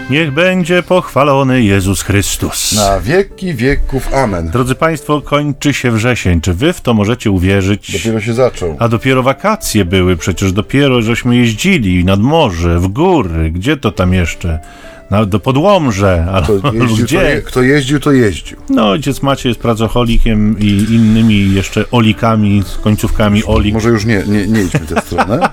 Niech będzie pochwalony Jezus Chrystus. Na wieki wieków. Amen. Drodzy Państwo, kończy się wrzesień. Czy wy w to możecie uwierzyć? Dopiero się zaczął. A dopiero wakacje były, przecież dopiero żeśmy jeździli nad morze, w góry. Gdzie to tam jeszcze? Do Podłomże. Kto jeździł, to jeździł. No, ojciec Maciej jest pracocholikiem i innymi jeszcze olikami, z końcówkami olik. Może już nie idźmy w tę stronę.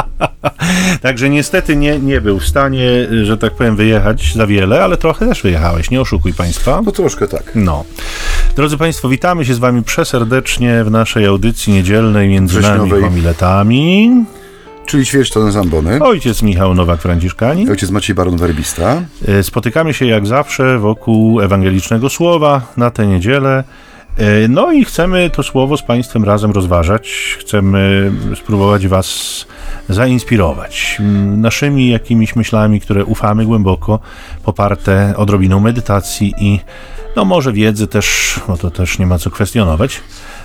Także niestety nie był w stanie, że tak powiem, wyjechać za wiele, ale trochę też wyjechałeś, nie oszukuj Państwa. No troszkę tak. No. Drodzy Państwo, witamy się z Wami przeserdecznie w naszej audycji niedzielnej między nami homiletami. Czyli Święcone Zambony. Ojciec Michał Nowak-Franciszkanin. Ojciec Maciej Baron-Werbista. Spotykamy się jak zawsze wokół ewangelicznego słowa na tę niedzielę. No i chcemy to słowo z Państwem razem rozważać. Chcemy spróbować Was zainspirować naszymi jakimiś myślami, które ufamy głęboko, poparte odrobiną medytacji i no może wiedzy też, bo to też nie ma co kwestionować.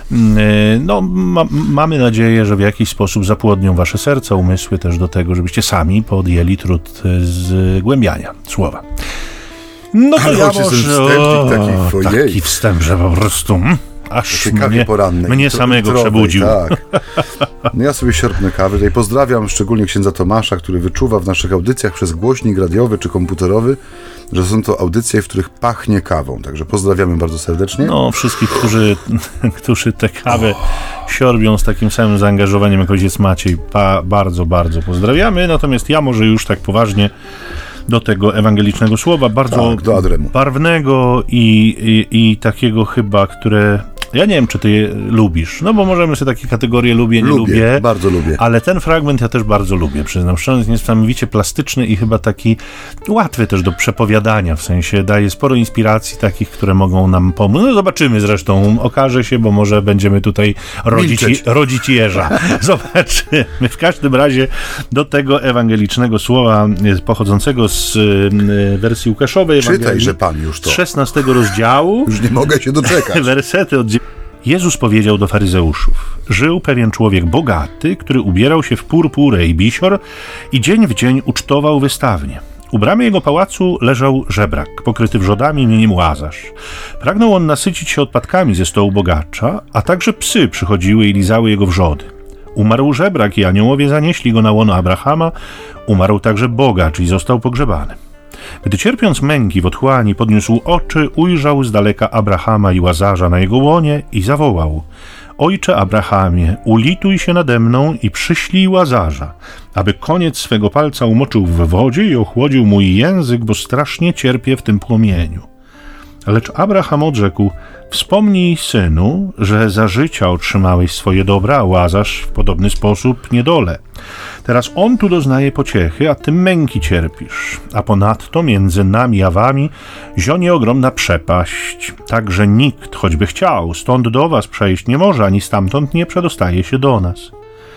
No, mamy nadzieję, że w jakiś sposób zapłodnią wasze serca, umysły też do tego, żebyście sami podjęli trud zgłębiania słowa. No to ja może... taki wstęp, że po prostu... Aż mnie samego przebudził. Tak. No ja sobie sierpnę kawę. Tutaj pozdrawiam szczególnie księdza Tomasza, który wyczuwa w naszych audycjach przez głośnik radiowy czy komputerowy, że są to audycje, w których pachnie kawą. Także pozdrawiamy bardzo serdecznie. No, wszystkich, którzy tę kawę siorbią z takim samym zaangażowaniem jak ojciec Maciej, bardzo, bardzo pozdrawiamy. Natomiast ja może już tak poważnie do tego ewangelicznego słowa, bardzo barwnego i takiego chyba, które... Ja nie wiem, czy ty je lubisz, no bo możemy sobie takie kategorie nie lubię. Bardzo lubię. Ale ten fragment ja też bardzo lubię, przyznam szczerze, jest niesamowicie plastyczny i chyba taki łatwy też do przepowiadania, w sensie daje sporo inspiracji takich, które mogą nam pomóc. No zobaczymy zresztą, okaże się, bo może będziemy tutaj rodzić jeża. Zobaczymy. W każdym razie do tego ewangelicznego słowa pochodzącego z wersji Łukaszowej. Czytajże Pan już to. Z 16 rozdziału. Już nie mogę się doczekać. Wersety od Jezus powiedział do faryzeuszów: żył pewien człowiek bogaty, który ubierał się w purpurę i bisior i dzień w dzień ucztował wystawnie. U bramy jego pałacu leżał żebrak, pokryty wrzodami imieniem Łazarz. Pragnął on nasycić się odpadkami ze stołu bogacza, a także psy przychodziły i lizały jego wrzody. Umarł żebrak i aniołowie zanieśli go na łono Abrahama. Umarł także bogacz i został pogrzebany. Gdy cierpiąc męki w otchłani podniósł oczy, ujrzał z daleka Abrahama i Łazarza na jego łonie i zawołał: Ojcze Abrahamie, ulituj się nade mną i przyślij Łazarza, aby koniec swego palca umoczył w wodzie i ochłodził mój język, bo strasznie cierpię w tym płomieniu. Lecz Abraham odrzekł: Wspomnij, synu, że za życia otrzymałeś swoje dobra, a Łazarz w podobny sposób niedolę. Teraz on tu doznaje pociechy, a ty męki cierpisz. A ponadto między nami a wami zionie ogromna przepaść, tak że nikt, choćby chciał, stąd do was przejść nie może, ani stamtąd nie przedostaje się do nas.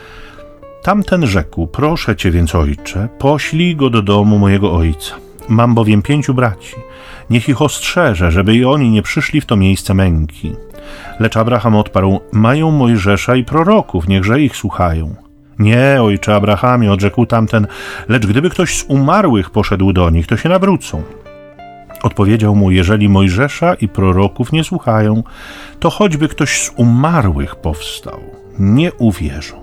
Tamten rzekł: Proszę cię więc, ojcze, poślij go do domu mojego ojca. Mam bowiem 5 braci. Niech ich ostrzeże, żeby i oni nie przyszli w to miejsce męki. Lecz Abraham odparł: Mają Mojżesza i proroków, niechże ich słuchają. Nie, ojcze Abrahamie, odrzekł tamten, lecz gdyby ktoś z umarłych poszedł do nich, to się nawrócą. Odpowiedział mu: Jeżeli Mojżesza i proroków nie słuchają, to choćby ktoś z umarłych powstał, nie uwierzą.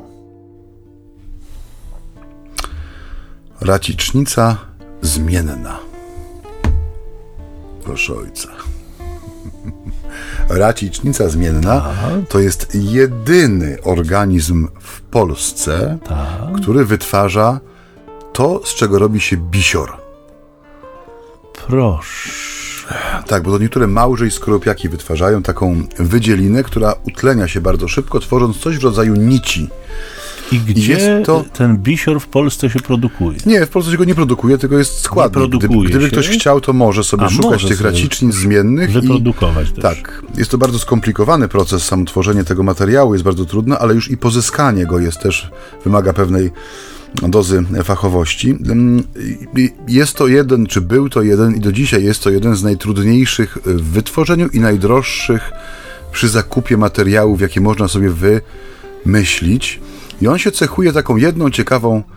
Racicznica zmienna. Proszę ojca. Racicznica zmienna to jest jedyny organizm w Polsce, który wytwarza to, z czego robi się bisior. Proszę. Tak, bo to niektóre małże i skorupiaki wytwarzają taką wydzielinę, która utlenia się bardzo szybko, tworząc coś w rodzaju nici. I gdzie ten bisior w Polsce się produkuje? Nie, w Polsce się go nie produkuje, tylko jest składnik. Gdyby ktoś chciał, to może sobie szukać tych racicznic zmiennych. Wyprodukować też. Tak. Jest to bardzo skomplikowany proces, samo tworzenie tego materiału jest bardzo trudne, ale już i pozyskanie go jest też, wymaga pewnej dozy fachowości. Jest to jeden, czy był to jeden i do dzisiaj jest to jeden z najtrudniejszych w wytworzeniu i najdroższych przy zakupie materiałów, jakie można sobie wymyślić. I on się cechuje taką jedną ciekawą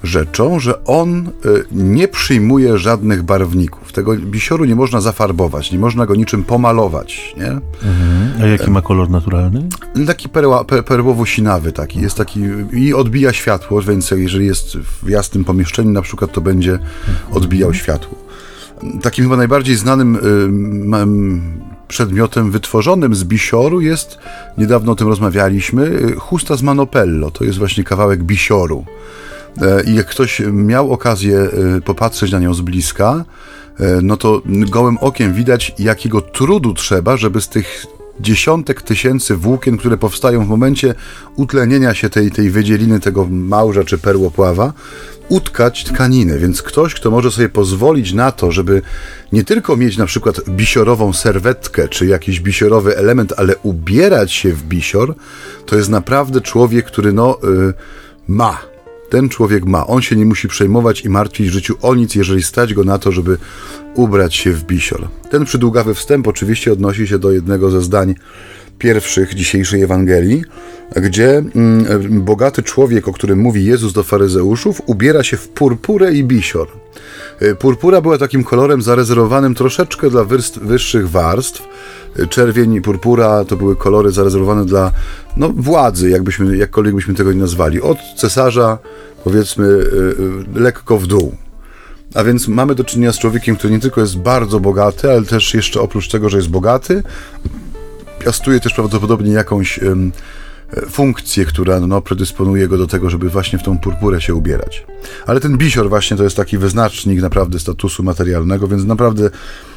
rzeczą, że on nie przyjmuje żadnych barwników. Tego bisioru nie można zafarbować, nie można go niczym pomalować, nie? A jaki ma kolor naturalny? Taki perłowo-sinawy taki. Jest taki i odbija światło, więc jeżeli jest w jasnym pomieszczeniu na przykład, to będzie odbijał światło. Takim chyba najbardziej znanym przedmiotem wytworzonym z bisioru jest, niedawno o tym rozmawialiśmy, chusta z Manopello. To jest właśnie kawałek bisioru. I jak ktoś miał okazję popatrzeć na nią z bliska, no to gołym okiem widać, jakiego trudu trzeba, żeby z tych dziesiątek tysięcy włókien, które powstają w momencie utlenienia się tej wydzieliny, tego małża czy perłopława, utkać tkaninę. Więc ktoś, kto może sobie pozwolić na to, żeby nie tylko mieć na przykład bisiorową serwetkę, czy jakiś bisiorowy element, ale ubierać się w bisior, to jest naprawdę człowiek, który ma. Ten człowiek ma. On się nie musi przejmować i martwić w życiu o nic, jeżeli stać go na to, żeby ubrać się w bisior. Ten przydługawy wstęp oczywiście odnosi się do jednego ze zdań pierwszych dzisiejszej Ewangelii, gdzie bogaty człowiek, o którym mówi Jezus do faryzeuszów, ubiera się w purpurę i bisior. Purpura była takim kolorem zarezerwowanym troszeczkę dla wyższych warstw. Czerwień i purpura to były kolory zarezerwowane dla władzy, jakkolwiek byśmy tego nie nazwali. Od cesarza, powiedzmy, lekko w dół. A więc mamy do czynienia z człowiekiem, który nie tylko jest bardzo bogaty, ale też jeszcze oprócz tego, że jest bogaty, piastuje też prawdopodobnie jakąś funkcję, która predysponuje go do tego, żeby właśnie w tą purpurę się ubierać. Ale ten bisior właśnie to jest taki wyznacznik naprawdę statusu materialnego, więc naprawdę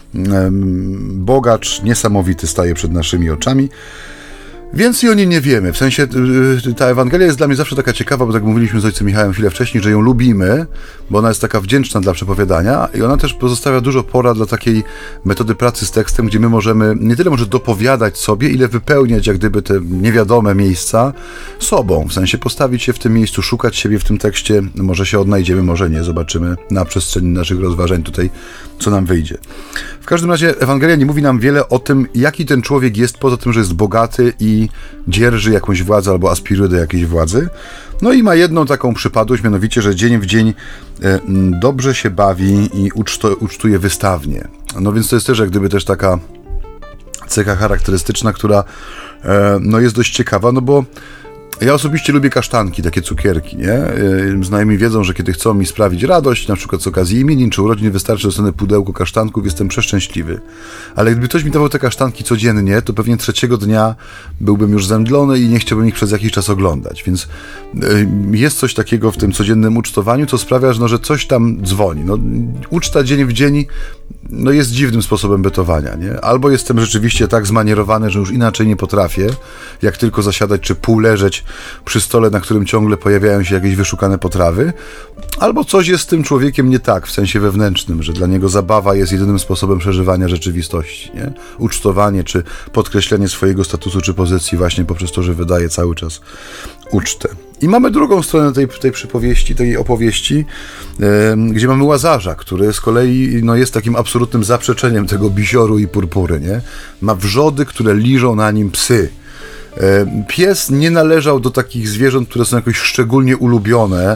bogacz niesamowity staje przed naszymi oczami. Więcej o nim nie wiemy. W sensie ta Ewangelia jest dla mnie zawsze taka ciekawa, bo tak mówiliśmy z ojcem Michałem chwilę wcześniej, że ją lubimy, bo ona jest taka wdzięczna dla przepowiadania i ona też pozostawia dużo pora dla takiej metody pracy z tekstem, gdzie my możemy nie tyle może dopowiadać sobie, ile wypełniać jak gdyby te niewiadome miejsca sobą. W sensie postawić się w tym miejscu, szukać siebie w tym tekście. Może się odnajdziemy, może nie. Zobaczymy na przestrzeni naszych rozważań tutaj, co nam wyjdzie. W każdym razie Ewangelia nie mówi nam wiele o tym, jaki ten człowiek jest, poza tym, że jest bogaty i dzierży jakąś władzę albo aspiruje do jakiejś władzy. No i ma jedną taką przypadłość, mianowicie, że dzień w dzień dobrze się bawi i ucztuje wystawnie. No więc to jest też jak gdyby też taka cecha charakterystyczna, która jest dość ciekawa, bo ja osobiście lubię kasztanki, takie cukierki, nie? Znajomi wiedzą, że kiedy chcą mi sprawić radość, na przykład z okazji imienin czy urodzin, wystarczy, że dostanę pudełko kasztanków, jestem przeszczęśliwy. Ale gdyby ktoś mi dawał te kasztanki codziennie, to pewnie trzeciego dnia byłbym już zemdlony i nie chciałbym ich przez jakiś czas oglądać. Więc jest coś takiego w tym codziennym ucztowaniu, co sprawia, że coś tam dzwoni. Uczta dzień w dzień jest dziwnym sposobem bytowania, nie? Albo jestem rzeczywiście tak zmanierowany, że już inaczej nie potrafię, jak tylko zasiadać czy półleżeć przy stole, na którym ciągle pojawiają się jakieś wyszukane potrawy, albo coś jest z tym człowiekiem nie tak, w sensie wewnętrznym, że dla niego zabawa jest jedynym sposobem przeżywania rzeczywistości, nie? Ucztowanie, czy podkreślenie swojego statusu, czy pozycji właśnie poprzez to, że wydaje cały czas ucztę. I mamy drugą stronę tej przypowieści, tej opowieści, gdzie mamy Łazarza, który z kolei jest takim absolutnym zaprzeczeniem tego bisioru i purpury, nie? Ma wrzody, które liżą na nim psy. Pies nie należał do takich zwierząt, które są jakoś szczególnie ulubione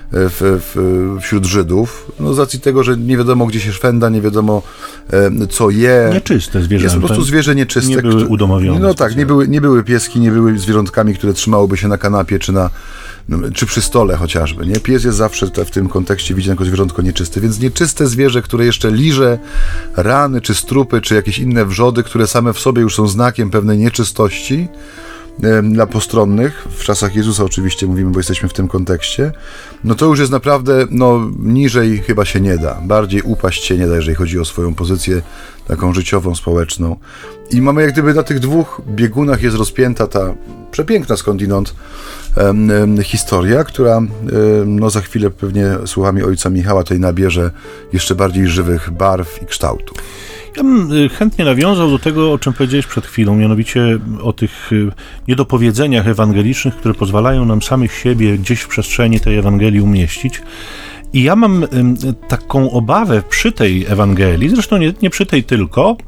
wśród Żydów, z racji tego, że nie wiadomo, gdzie się szwenda, nie wiadomo, co je. Nieczyste zwierzęta. Jest po prostu zwierzę nieczyste. Nie były udomowione. Nie były pieski, nie były zwierzątkami, które trzymałoby się na kanapie, czy przy stole chociażby, nie? Pies jest zawsze w tym kontekście widziany jako zwierzątko nieczyste, więc nieczyste zwierzę, które jeszcze liże rany, czy strupy, czy jakieś inne wrzody, które same w sobie już są znakiem pewnej nieczystości, dla postronnych, w czasach Jezusa oczywiście mówimy, bo jesteśmy w tym kontekście, to już jest naprawdę, niżej chyba się nie da, bardziej upaść się nie da, jeżeli chodzi o swoją pozycję taką życiową, społeczną. I mamy jak gdyby na tych dwóch biegunach jest rozpięta ta przepiękna skądinąd historia, która za chwilę pewnie słowami ojca Michała tutaj nabierze jeszcze bardziej żywych barw i kształtów. Ja bym chętnie nawiązał do tego, o czym powiedziałeś przed chwilą, mianowicie o tych niedopowiedzeniach ewangelicznych, które pozwalają nam samych siebie gdzieś w przestrzeni tej Ewangelii umieścić. I ja mam taką obawę przy tej Ewangelii, zresztą nie przy tej tylko,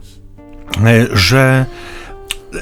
że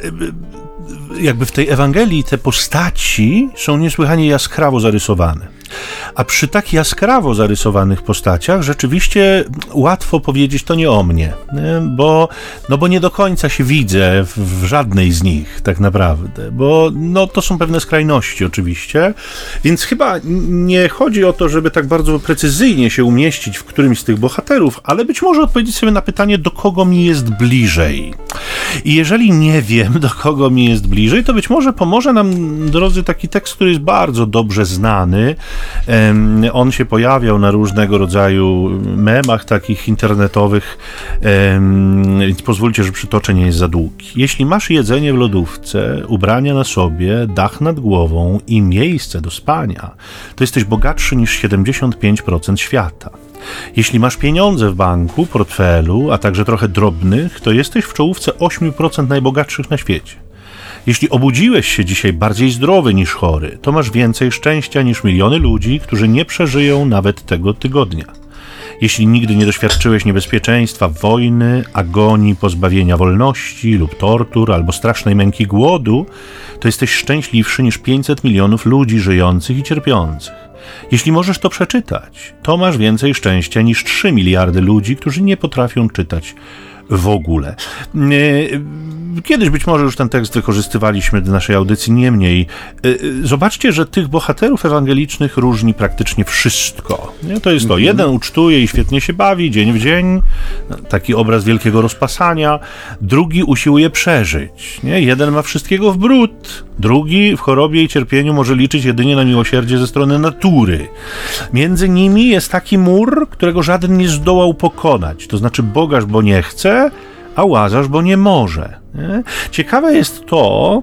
jakby w tej Ewangelii te postaci są niesłychanie jaskrawo zarysowane. A przy tak jaskrawo zarysowanych postaciach rzeczywiście łatwo powiedzieć, to nie o mnie, nie? Bo nie do końca się widzę w żadnej z nich tak naprawdę, bo to są pewne skrajności oczywiście, więc chyba nie chodzi o to, żeby tak bardzo precyzyjnie się umieścić w którymś z tych bohaterów, ale być może odpowiedzieć sobie na pytanie, do kogo mi jest bliżej. I jeżeli nie wiem, do kogo mi jest bliżej, to być może pomoże nam, drodzy, taki tekst, który jest bardzo dobrze znany. On się pojawiał na różnego rodzaju memach takich internetowych, więc pozwólcie, że przytoczę, nie jest za długi. Jeśli masz jedzenie w lodówce, ubrania na sobie, dach nad głową i miejsce do spania, to jesteś bogatszy niż 75% świata. Jeśli masz pieniądze w banku, portfelu, a także trochę drobnych, to jesteś w czołówce 8% najbogatszych na świecie. Jeśli obudziłeś się dzisiaj bardziej zdrowy niż chory, to masz więcej szczęścia niż miliony ludzi, którzy nie przeżyją nawet tego tygodnia. Jeśli nigdy nie doświadczyłeś niebezpieczeństwa wojny, agonii, pozbawienia wolności lub tortur albo strasznej męki głodu, to jesteś szczęśliwszy niż 500 milionów ludzi żyjących i cierpiących. Jeśli możesz to przeczytać, to masz więcej szczęścia niż 3 miliardy ludzi, którzy nie potrafią czytać w ogóle. Kiedyś być może już ten tekst wykorzystywaliśmy do naszej audycji, niemniej zobaczcie, że tych bohaterów ewangelicznych różni praktycznie wszystko. Nie? To jest to, jeden ucztuje i świetnie się bawi, dzień w dzień, taki obraz wielkiego rozpasania, drugi usiłuje przeżyć. Nie? Jeden ma wszystkiego w bród, drugi w chorobie i cierpieniu może liczyć jedynie na miłosierdzie ze strony natury. Między nimi jest taki mur, którego żaden nie zdołał pokonać, to znaczy bogacz, bo nie chce, a łazarz, bo nie może. Nie? Ciekawe jest to,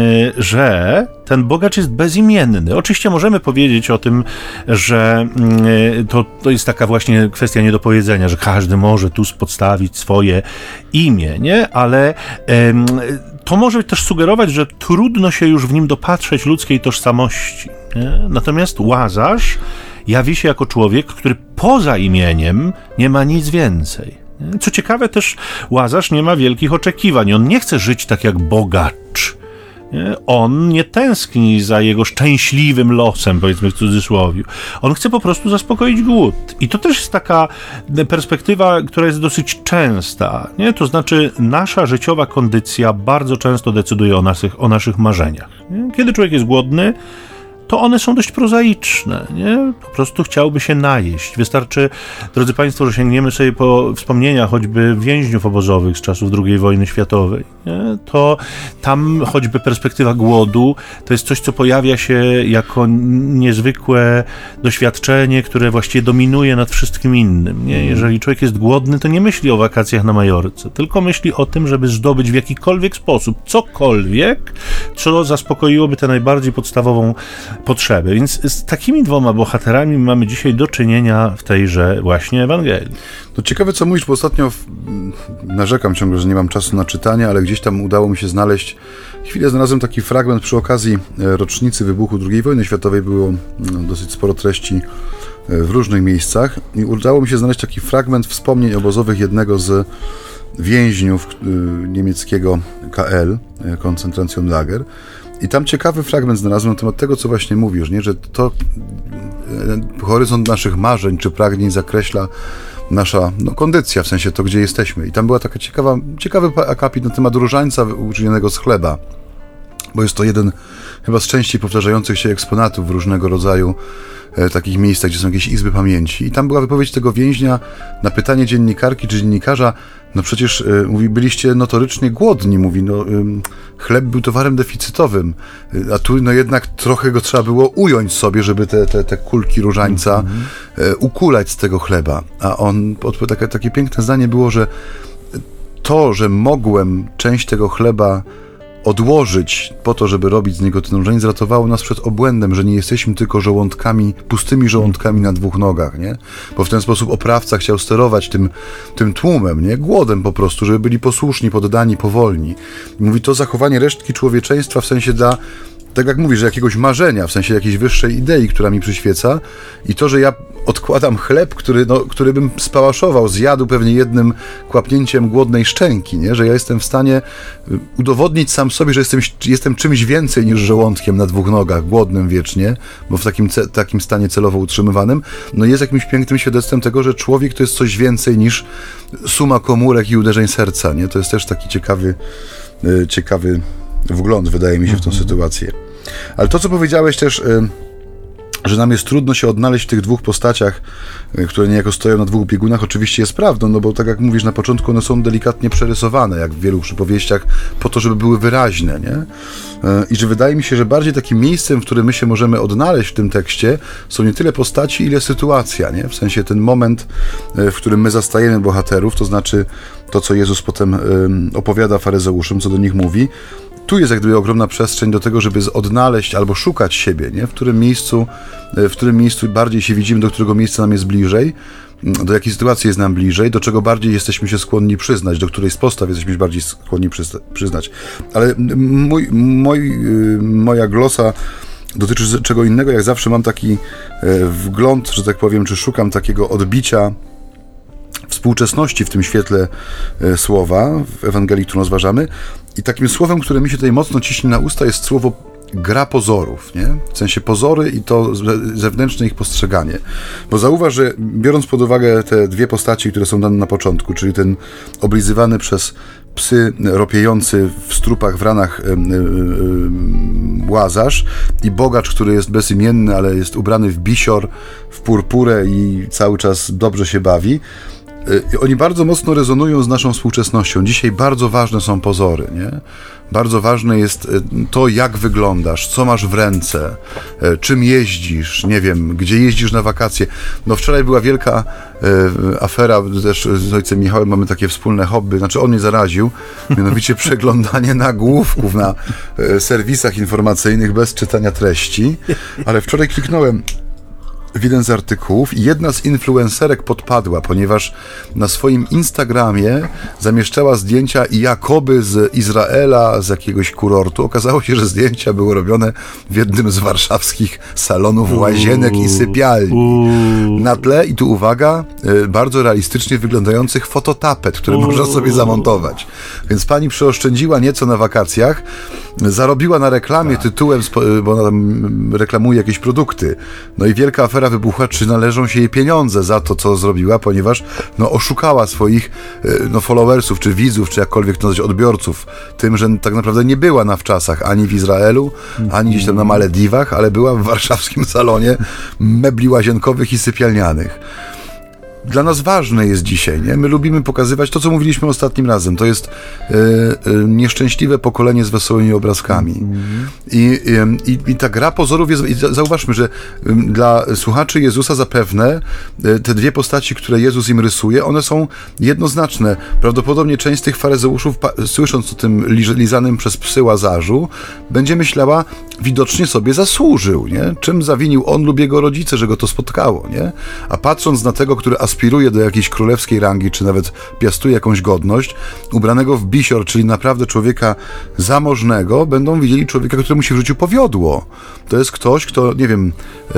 że ten bogacz jest bezimienny. Oczywiście możemy powiedzieć o tym, że to jest taka właśnie kwestia nie do powiedzenia, że każdy może tu podstawić swoje imię, nie? Ale to może też sugerować, że trudno się już w nim dopatrzeć ludzkiej tożsamości. Nie? Natomiast łazarz jawi się jako człowiek, który poza imieniem nie ma nic więcej. Co ciekawe, też łazarz nie ma wielkich oczekiwań. On nie chce żyć tak jak bogacz. On nie tęskni za jego szczęśliwym losem, powiedzmy w cudzysłowie. On chce po prostu zaspokoić głód. I to też jest taka perspektywa, która jest dosyć częsta. Nie? To znaczy nasza życiowa kondycja bardzo często decyduje o naszych marzeniach. Nie? Kiedy człowiek jest głodny, to one są dość prozaiczne, nie? Po prostu chciałby się najeść. Wystarczy, drodzy Państwo, że sięgniemy sobie po wspomnienia choćby więźniów obozowych z czasów II wojny światowej, nie? To tam choćby perspektywa głodu to jest coś, co pojawia się jako niezwykłe doświadczenie, które właściwie dominuje nad wszystkim innym, nie? Jeżeli człowiek jest głodny, to nie myśli o wakacjach na Majorce, tylko myśli o tym, żeby zdobyć w jakikolwiek sposób cokolwiek, co zaspokoiłoby tę najbardziej podstawową potrzeby. Więc z takimi dwoma bohaterami mamy dzisiaj do czynienia w tejże właśnie Ewangelii. To ciekawe, co mówisz, bo ostatnio narzekam ciągle, że nie mam czasu na czytanie, ale gdzieś tam udało mi się znaleźć, chwilę znalazłem taki fragment przy okazji rocznicy wybuchu II wojny światowej, było dosyć sporo treści w różnych miejscach i udało mi się znaleźć taki fragment wspomnień obozowych jednego z więźniów niemieckiego KL, Konzentracjonlager. I tam ciekawy fragment znalazłem na temat tego, co właśnie mówisz, nie? Że to horyzont naszych marzeń czy pragnień zakreśla nasza kondycja, w sensie to, gdzie jesteśmy. I tam była taka ciekawy akapit na temat różańca uczynionego z chleba, bo jest to jeden chyba z częściej powtarzających się eksponatów w różnego rodzaju takich miejscach, gdzie są jakieś izby pamięci. I tam była wypowiedź tego więźnia na pytanie dziennikarki czy dziennikarza, no przecież, mówi, byliście notorycznie głodni, mówi, chleb był towarem deficytowym, a tu jednak trochę go trzeba było ująć sobie, żeby te kulki różańca ukulać z tego chleba. A on, takie piękne zdanie było, że to, że mogłem część tego chleba odłożyć po to, żeby robić z niego ten różaniec, ratowało nas przed obłędem, że nie jesteśmy tylko żołądkami, pustymi żołądkami na dwóch nogach, nie? Bo w ten sposób oprawca chciał sterować tym tłumem, nie? Głodem po prostu, żeby byli posłuszni, poddani, powolni. I mówi, to zachowanie resztki człowieczeństwa w sensie dla tak jak mówisz, że jakiegoś marzenia, w sensie jakiejś wyższej idei, która mi przyświeca i to, że ja odkładam chleb, który bym spałaszował, zjadł pewnie jednym kłapnięciem głodnej szczęki, nie? Że ja jestem w stanie udowodnić sam sobie, że jestem czymś więcej niż żołądkiem na dwóch nogach, głodnym wiecznie, bo w takim stanie celowo utrzymywanym, no jest jakimś pięknym świadectwem tego, że człowiek to jest coś więcej niż suma komórek i uderzeń serca, nie? To jest też taki ciekawy wgląd, wydaje mi się, w tą sytuację. Ale to, co powiedziałeś też, że nam jest trudno się odnaleźć w tych dwóch postaciach, które niejako stoją na dwóch biegunach, oczywiście jest prawdą, no bo tak jak mówisz, na początku one są delikatnie przerysowane, jak w wielu przypowieściach, po to, żeby były wyraźne, nie? I że wydaje mi się, że bardziej takim miejscem, w którym my się możemy odnaleźć w tym tekście, są nie tyle postaci, ile sytuacja, nie? W sensie ten moment, w którym my zastajemy bohaterów, to znaczy to, co Jezus potem opowiada faryzeuszom, co do nich mówi. Tu jest jak gdyby ogromna przestrzeń do tego, żeby odnaleźć albo szukać siebie, nie? W którym miejscu bardziej się widzimy, do którego miejsca nam jest bliżej, do jakiej sytuacji jest nam bliżej, do czego bardziej jesteśmy się skłonni przyznać, do której z postaw jesteśmy się bardziej skłonni przyznać. Ale moja glosa dotyczy czego innego. Jak zawsze mam taki wgląd, że tak powiem, czy szukam takiego odbicia współczesności w tym świetle słowa w Ewangelii, którą rozważamy. I takim słowem, które mi się tutaj mocno ciśnie na usta, jest słowo gra pozorów, nie? W sensie pozory i to zewnętrzne ich postrzeganie. Bo zauważ, że biorąc pod uwagę te dwie postaci, które są dane na początku, czyli ten oblizywany przez psy ropiejący w strupach, w ranach Łazarz i bogacz, który jest bezimienny, ale jest ubrany w bisior, w purpurę i cały czas dobrze się bawi. Oni bardzo mocno rezonują z naszą współczesnością. Dzisiaj bardzo ważne są pozory, nie? Bardzo ważne jest to, jak wyglądasz, co masz w ręce, czym jeździsz, nie wiem, gdzie jeździsz na wakacje. No wczoraj była wielka afera, też z ojcem Michałem mamy takie wspólne hobby, znaczy on mnie zaraził, mianowicie przeglądanie nagłówków na serwisach informacyjnych bez czytania treści, ale wczoraj kliknąłem w jeden z artykułów i jedna z influencerek podpadła, ponieważ na swoim Instagramie zamieszczała zdjęcia jakoby z Izraela, z jakiegoś kurortu. Okazało się, że zdjęcia były robione w jednym z warszawskich salonów łazienek i sypialni. Na tle, i tu uwaga, bardzo realistycznie wyglądających fototapet, które można sobie zamontować. Więc pani przeoszczędziła nieco na wakacjach, zarobiła na reklamie tytułem, bo ona tam reklamuje jakieś produkty. No i wielka afera wybuchła, czy należą się jej pieniądze za to, co zrobiła, ponieważ oszukała swoich followersów, czy widzów, czy jakkolwiek to nazwać, odbiorców, tym, że tak naprawdę nie była na wczasach ani w Izraelu, ani gdzieś tam na Malediwach, ale była w warszawskim salonie mebli łazienkowych i sypialnianych. Dla nas ważne jest dzisiaj, nie? My lubimy pokazywać to, co mówiliśmy ostatnim razem. To jest nieszczęśliwe pokolenie z wesołymi obrazkami. I ta gra pozorów jest... Zauważmy, że dla słuchaczy Jezusa zapewne te dwie postaci, które Jezus im rysuje, one są jednoznaczne. Prawdopodobnie część z tych faryzeuszów, słysząc o tym lizanym przez psy Łazarzu, będzie myślała, widocznie sobie zasłużył, nie? Czym zawinił on lub jego rodzice, że go to spotkało, nie? A patrząc na tego, który aspiruje do jakiejś królewskiej rangi, czy nawet piastuje jakąś godność, ubranego w bisior, czyli naprawdę człowieka zamożnego, będą widzieli człowieka, któremu się w życiu powiodło. To jest ktoś, kto, nie wiem,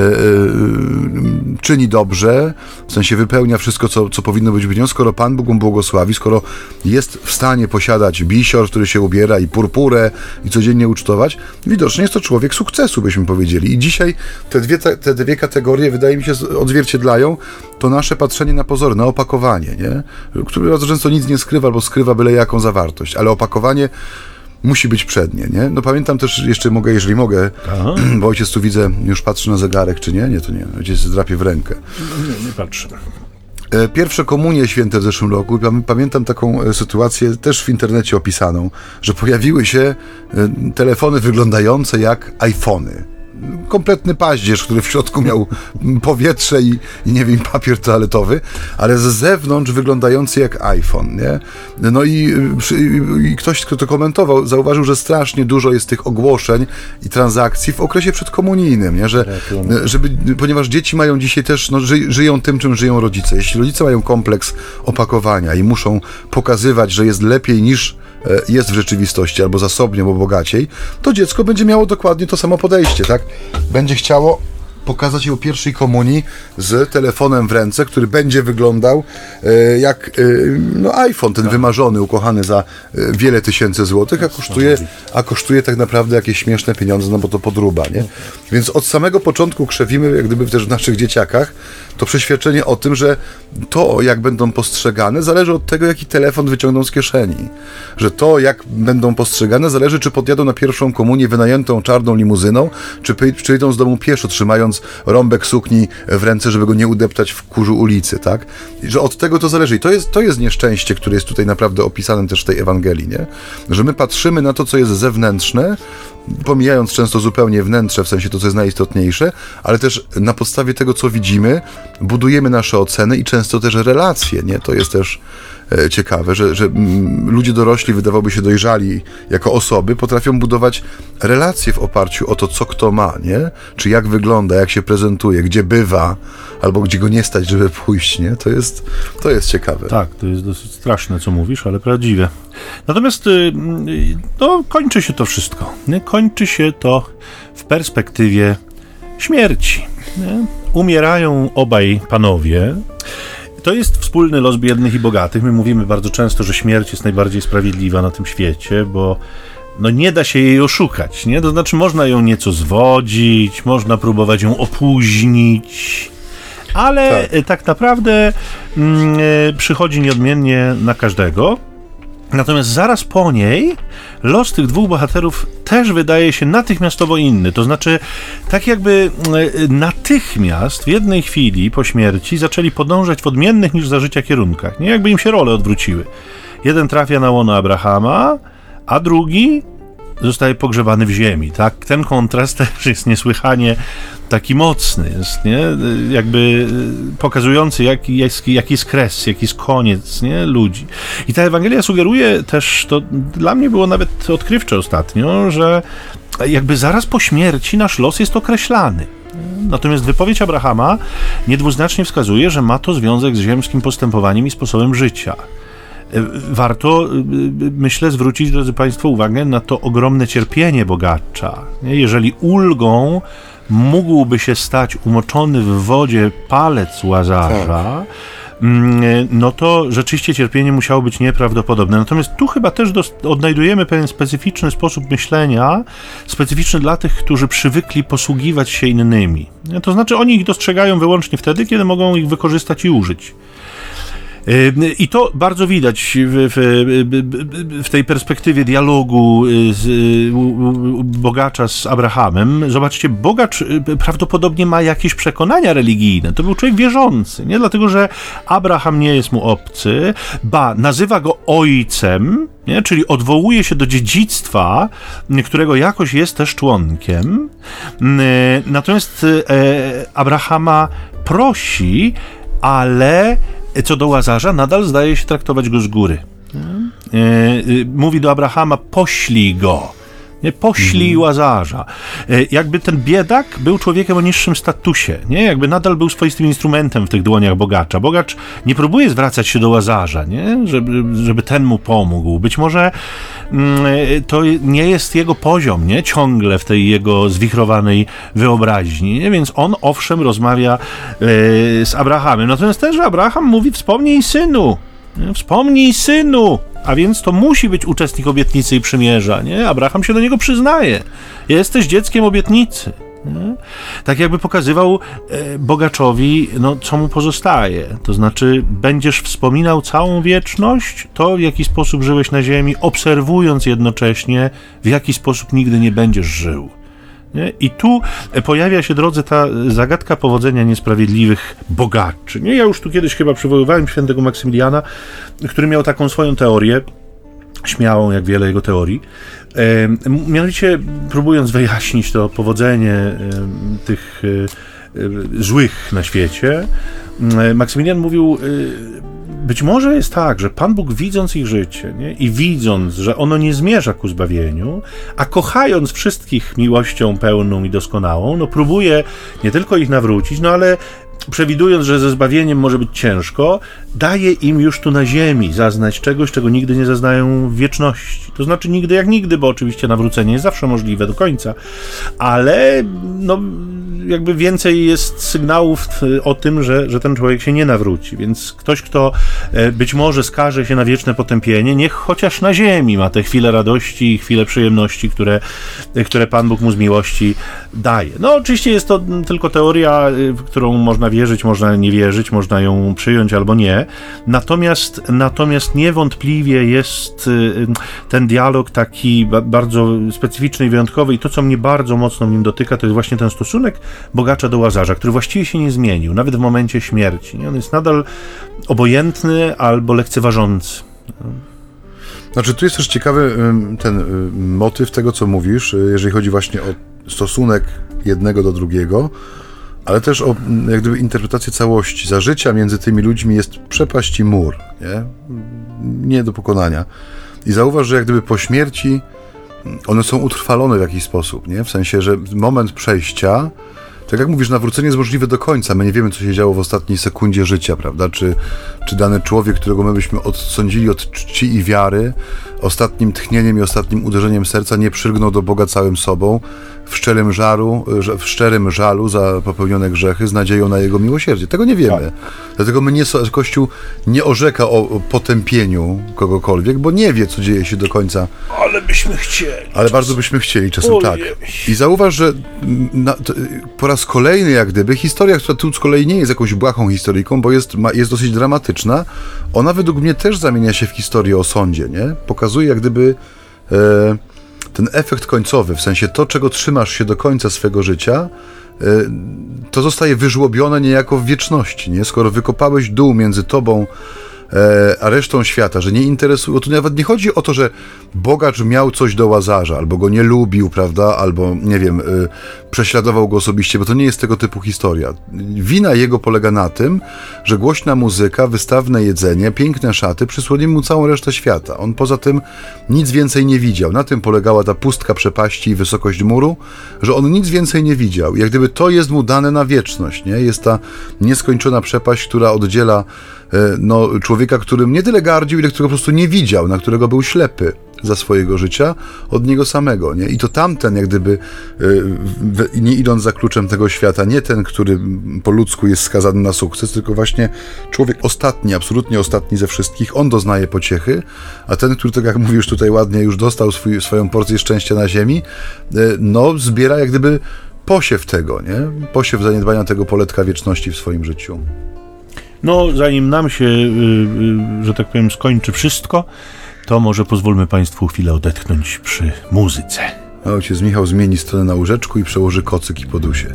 czyni dobrze, w sensie wypełnia wszystko, co powinno być w dniu, skoro Pan Bóg mu błogosławi, skoro jest w stanie posiadać bisior, który się ubiera, i purpurę, i codziennie ucztować, widocznie jest to człowiek sukcesu, byśmy powiedzieli. I dzisiaj te dwie kategorie, wydaje mi się, odzwierciedlają to nasze patrzenie na pozory, na opakowanie, nie? Które bardzo często nic nie skrywa, albo skrywa byle jaką zawartość, ale opakowanie musi być przednie, nie? No pamiętam też, jeszcze mogę, jeżeli mogę, bo ojciec tu widzę, już patrzy na zegarek, czy nie? Nie, to nie. Ojciec drapie w rękę. Nie patrzę. Pierwsze komunie święte w zeszłym roku, pamiętam taką sytuację, też w internecie opisaną, że pojawiły się telefony wyglądające jak iPhony. Kompletny paździerz, który w środku miał powietrze i nie wiem, papier toaletowy, ale z zewnątrz wyglądający jak iPhone, nie? No i ktoś, kto to komentował, zauważył, że strasznie dużo jest tych ogłoszeń i transakcji w okresie przedkomunijnym, nie? Ponieważ dzieci mają dzisiaj też, żyją tym, czym żyją rodzice. Jeśli rodzice mają kompleks opakowania i muszą pokazywać, że jest lepiej niż jest w rzeczywistości, albo zasobnie, albo bogaciej, to dziecko będzie miało dokładnie to samo podejście, tak? Będzie chciało pokazać jej o pierwszej komunii z telefonem w ręce, który będzie wyglądał jak iPhone, ten wymarzony, ukochany za wiele tysięcy złotych, a kosztuje tak naprawdę jakieś śmieszne pieniądze, no bo to podróba, nie? Więc od samego początku krzewimy, jak gdyby też w naszych dzieciakach, to przeświadczenie o tym, że to, jak będą postrzegane, zależy od tego, jaki telefon wyciągną z kieszeni. Że to, jak będą postrzegane, zależy, czy podjadą na pierwszą komunię wynajętą czarną limuzyną, czy przyjdą z domu pieszo, trzymając rąbek sukni w ręce, żeby go nie udeptać w kurzu ulicy, tak? I że od tego to zależy. I to jest nieszczęście, które jest tutaj naprawdę opisane też w tej Ewangelii, nie? Że my patrzymy na to, co jest zewnętrzne, pomijając często zupełnie wnętrze, w sensie to, co jest najistotniejsze, ale też na podstawie tego, co widzimy, budujemy nasze oceny i często też relacje, nie? To jest też ciekawe, że ludzie dorośli, wydawałoby się dojrzali jako osoby, potrafią budować relacje w oparciu o to, co kto ma, nie? Czy jak wygląda, jak się prezentuje, gdzie bywa, albo gdzie go nie stać, żeby pójść, nie? To jest ciekawe. Tak, to jest dosyć straszne, co mówisz, ale prawdziwe. Natomiast kończy się to wszystko. Nie? Kończy się to w perspektywie śmierci. Nie? Umierają obaj panowie. To jest wspólny los biednych i bogatych. My mówimy bardzo często, że śmierć jest najbardziej sprawiedliwa na tym świecie, bo nie da się jej oszukać, nie? To znaczy można ją nieco zwodzić, można próbować ją opóźnić, ale tak naprawdę przychodzi nieodmiennie na każdego. Natomiast zaraz po niej los tych dwóch bohaterów też wydaje się natychmiastowo inny. To znaczy, tak jakby natychmiast w jednej chwili po śmierci zaczęli podążać w odmiennych niż za życia kierunkach. Nie? Jakby im się role odwróciły. Jeden trafia na łono Abrahama, a drugi zostaje pogrzebany w ziemi. Tak? Ten kontrast też jest niesłychanie taki mocny, jest, nie? Jakby pokazujący, jaki jest kres, jaki jest koniec, nie? Ludzi. I ta Ewangelia sugeruje też, to dla mnie było nawet odkrywcze ostatnio, że jakby zaraz po śmierci nasz los jest określany. Natomiast wypowiedź Abrahama niedwuznacznie wskazuje, że ma to związek z ziemskim postępowaniem i sposobem życia. Warto, myślę, zwrócić, drodzy Państwo, uwagę na to ogromne cierpienie bogacza. Jeżeli ulgą mógłby się stać umoczony w wodzie palec Łazarza, no to rzeczywiście cierpienie musiało być nieprawdopodobne. Natomiast tu chyba też odnajdujemy pewien specyficzny sposób myślenia, specyficzny dla tych, którzy przywykli posługiwać się innymi. To znaczy oni ich dostrzegają wyłącznie wtedy, kiedy mogą ich wykorzystać i użyć. I to bardzo widać w tej perspektywie dialogu bogacza z Abrahamem. Zobaczcie, bogacz prawdopodobnie ma jakieś przekonania religijne. To był człowiek wierzący, nie? Dlatego, że Abraham nie jest mu obcy, nazywa go ojcem, nie? Czyli odwołuje się do dziedzictwa, którego jakoś jest też członkiem. Natomiast Abrahama prosi, ale co do Łazarza, nadal zdaje się traktować go z góry. Mówi do Abrahama, poślij go. Nie, poślij Łazarza. Jakby ten biedak był człowiekiem o niższym statusie, nie? Jakby nadal był swoistym instrumentem w tych dłoniach bogacza. Bogacz nie próbuje zwracać się do Łazarza, nie? Żeby ten mu pomógł. Być może to nie jest jego poziom, nie? Ciągle w tej jego zwichrowanej wyobraźni, nie? Więc on owszem rozmawia z Abrahamem. Natomiast też Abraham mówi, wspomnij synu. Wspomnij synu, a więc to musi być uczestnik obietnicy i przymierza, nie? Abraham się do niego przyznaje. Jesteś dzieckiem obietnicy. Nie? Tak jakby pokazywał bogaczowi, co mu pozostaje. To znaczy, będziesz wspominał całą wieczność, to w jaki sposób żyłeś na ziemi, obserwując jednocześnie, w jaki sposób nigdy nie będziesz żył. Nie? I tu pojawia się, drodzy, ta zagadka powodzenia niesprawiedliwych bogaczy. Nie? Ja już tu kiedyś chyba przywoływałem świętego Maksymiliana, który miał taką swoją teorię, śmiałą jak wiele jego teorii, mianowicie próbując wyjaśnić to powodzenie tych złych na świecie, Maksymilian mówił, być może jest tak, że Pan Bóg, widząc ich życie, nie? I widząc, że ono nie zmierza ku zbawieniu, a kochając wszystkich miłością pełną i doskonałą, próbuje nie tylko ich nawrócić, ale przewidując, że ze zbawieniem może być ciężko, daje im już tu na ziemi zaznać czegoś, czego nigdy nie zaznają w wieczności. To znaczy nigdy jak nigdy, bo oczywiście nawrócenie jest zawsze możliwe do końca, ale no, jakby więcej jest sygnałów o tym, że ten człowiek się nie nawróci. Więc ktoś, kto być może skaże się na wieczne potępienie, niech chociaż na ziemi ma te chwile radości i chwile przyjemności, które Pan Bóg mu z miłości daje. No oczywiście jest to tylko teoria, w którą można wierzyć, można nie wierzyć, można ją przyjąć albo nie. Natomiast niewątpliwie jest ten dialog taki bardzo specyficzny i wyjątkowy i to, co mnie bardzo mocno w nim dotyka, to jest właśnie ten stosunek bogacza do Łazarza, który właściwie się nie zmienił, nawet w momencie śmierci. Nie? On jest nadal obojętny albo lekceważący. Znaczy, tu jest też ciekawy ten motyw tego, co mówisz, jeżeli chodzi właśnie o stosunek jednego do drugiego, ale też o jak gdyby interpretację całości. Za życia między tymi ludźmi jest przepaść i mur, nie do pokonania. I zauważ, że jak gdyby po śmierci one są utrwalone w jakiś sposób, nie? W sensie, że moment przejścia, tak jak mówisz, nawrócenie jest możliwe do końca. My nie wiemy, co się działo w ostatniej sekundzie życia, prawda? Czy dany człowiek, którego my byśmy odsądzili od czci i wiary, ostatnim tchnieniem i ostatnim uderzeniem serca nie przylgnął do Boga całym sobą, w szczerym żalu za popełnione grzechy, z nadzieją na Jego miłosierdzie. Tego nie wiemy. Tak. Dlatego Kościół nie orzeka o potępieniu kogokolwiek, bo nie wie, co dzieje się do końca. Ale byśmy chcieli. Ale bardzo byśmy chcieli, czasem tak. I zauważ, że po raz kolejny, jak gdyby, historia, która tu z kolei nie jest jakąś błahą historyjką, bo jest dosyć dramatyczna, ona według mnie też zamienia się w historię o sądzie, nie? Pokazuje, jak gdyby ten efekt końcowy, w sensie to, czego trzymasz się do końca swego życia, to zostaje wyżłobione niejako w wieczności, nie? Skoro wykopałeś dół między tobą a resztą świata, że nie interesuje, to nawet nie chodzi o to, że bogacz miał coś do Łazarza, albo go nie lubił, prawda, albo, nie wiem, prześladował go osobiście, bo to nie jest tego typu historia. Wina jego polega na tym, że głośna muzyka, wystawne jedzenie, piękne szaty przysłoniły mu całą resztę świata. On poza tym nic więcej nie widział. Na tym polegała ta pustka przepaści i wysokość muru, że on nic więcej nie widział. Jak gdyby to jest mu dane na wieczność, nie? Jest ta nieskończona przepaść, która oddziela człowieka, którym nie tyle gardził, ile którego po prostu nie widział, na którego był ślepy za swojego życia, od niego samego, nie? I to tamten, jak gdyby, nie idąc za kluczem tego świata, nie ten, który po ludzku jest skazany na sukces, tylko właśnie człowiek ostatni, absolutnie ostatni ze wszystkich, on doznaje pociechy, a ten, który, tak jak mówisz tutaj ładnie, już dostał swoją porcję szczęścia na ziemi, zbiera jak gdyby posiew tego, nie? Posiew zaniedbania tego poletka wieczności w swoim życiu. No, zanim nam się, że tak powiem, skończy wszystko, to może pozwólmy Państwu chwilę odetchnąć przy muzyce. Ojciec Michał zmieni stronę na łóżeczku i przełoży kocyk i podusie.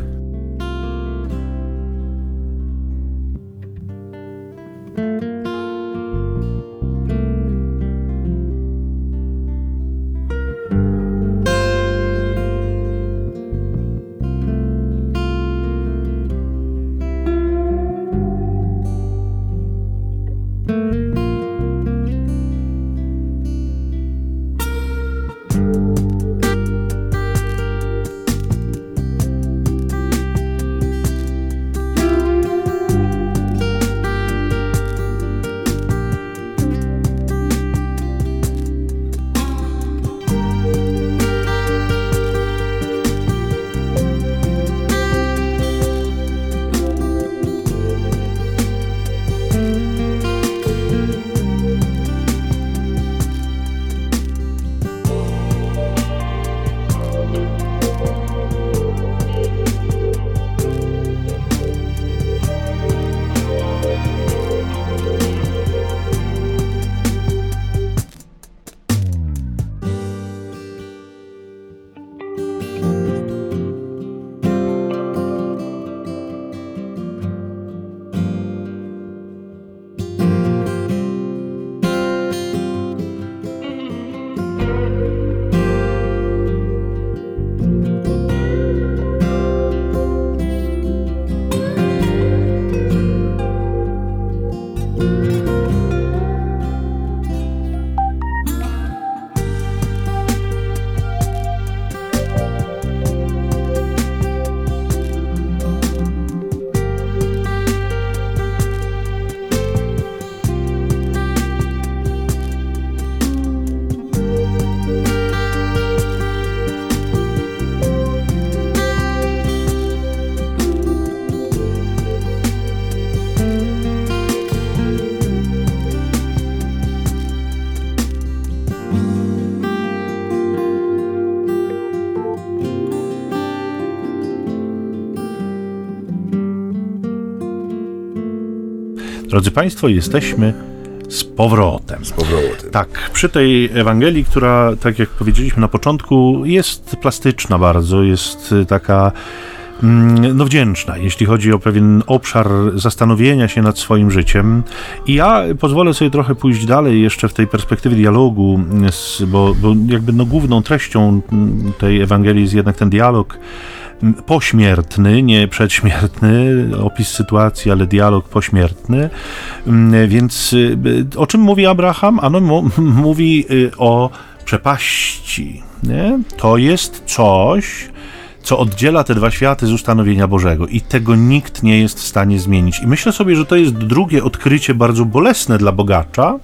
Drodzy Państwo, jesteśmy z powrotem. Tak, przy tej Ewangelii, która, tak jak powiedzieliśmy na początku, jest plastyczna bardzo, jest taka wdzięczna, jeśli chodzi o pewien obszar zastanowienia się nad swoim życiem. I ja pozwolę sobie trochę pójść dalej jeszcze w tej perspektywie dialogu, bo jakby główną treścią tej Ewangelii jest jednak ten dialog pośmiertny, nie przedśmiertny, opis sytuacji, ale dialog pośmiertny. Więc o czym mówi Abraham? Ano mówi o przepaści. Nie? To jest coś, co oddziela te dwa światy z ustanowienia Bożego i tego nikt nie jest w stanie zmienić. I myślę sobie, że to jest drugie odkrycie bardzo bolesne dla bogacza,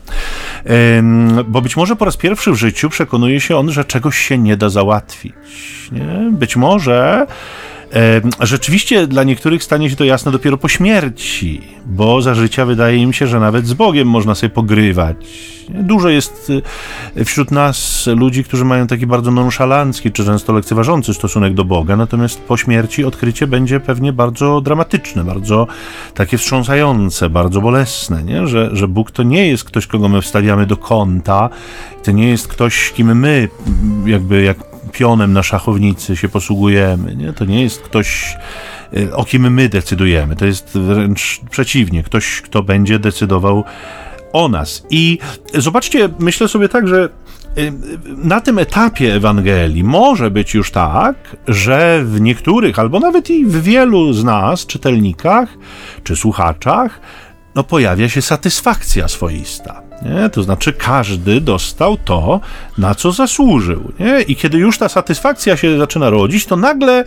bo być może po raz pierwszy w życiu przekonuje się on, że czegoś się nie da załatwić. Nie? Być może rzeczywiście dla niektórych stanie się to jasne dopiero po śmierci, bo za życia wydaje im się, że nawet z Bogiem można sobie pogrywać. Dużo jest wśród nas ludzi, którzy mają taki bardzo nonszalancki, czy często lekceważący stosunek do Boga, natomiast po śmierci odkrycie będzie pewnie bardzo dramatyczne, bardzo takie wstrząsające, bardzo bolesne, nie? Że Bóg to nie jest ktoś, kogo my wstawiamy do kąta, to nie jest ktoś, kim my jakby jak pionem na szachownicy się posługujemy, nie? To nie jest ktoś, o kim my decydujemy, to jest wręcz przeciwnie, ktoś, kto będzie decydował o nas. I zobaczcie, myślę sobie tak, że na tym etapie Ewangelii może być już tak, że w niektórych, albo nawet i w wielu z nas, czytelnikach czy słuchaczach, pojawia się satysfakcja swoista. Nie? To znaczy każdy dostał to, na co zasłużył. Nie? I kiedy już ta satysfakcja się zaczyna rodzić, to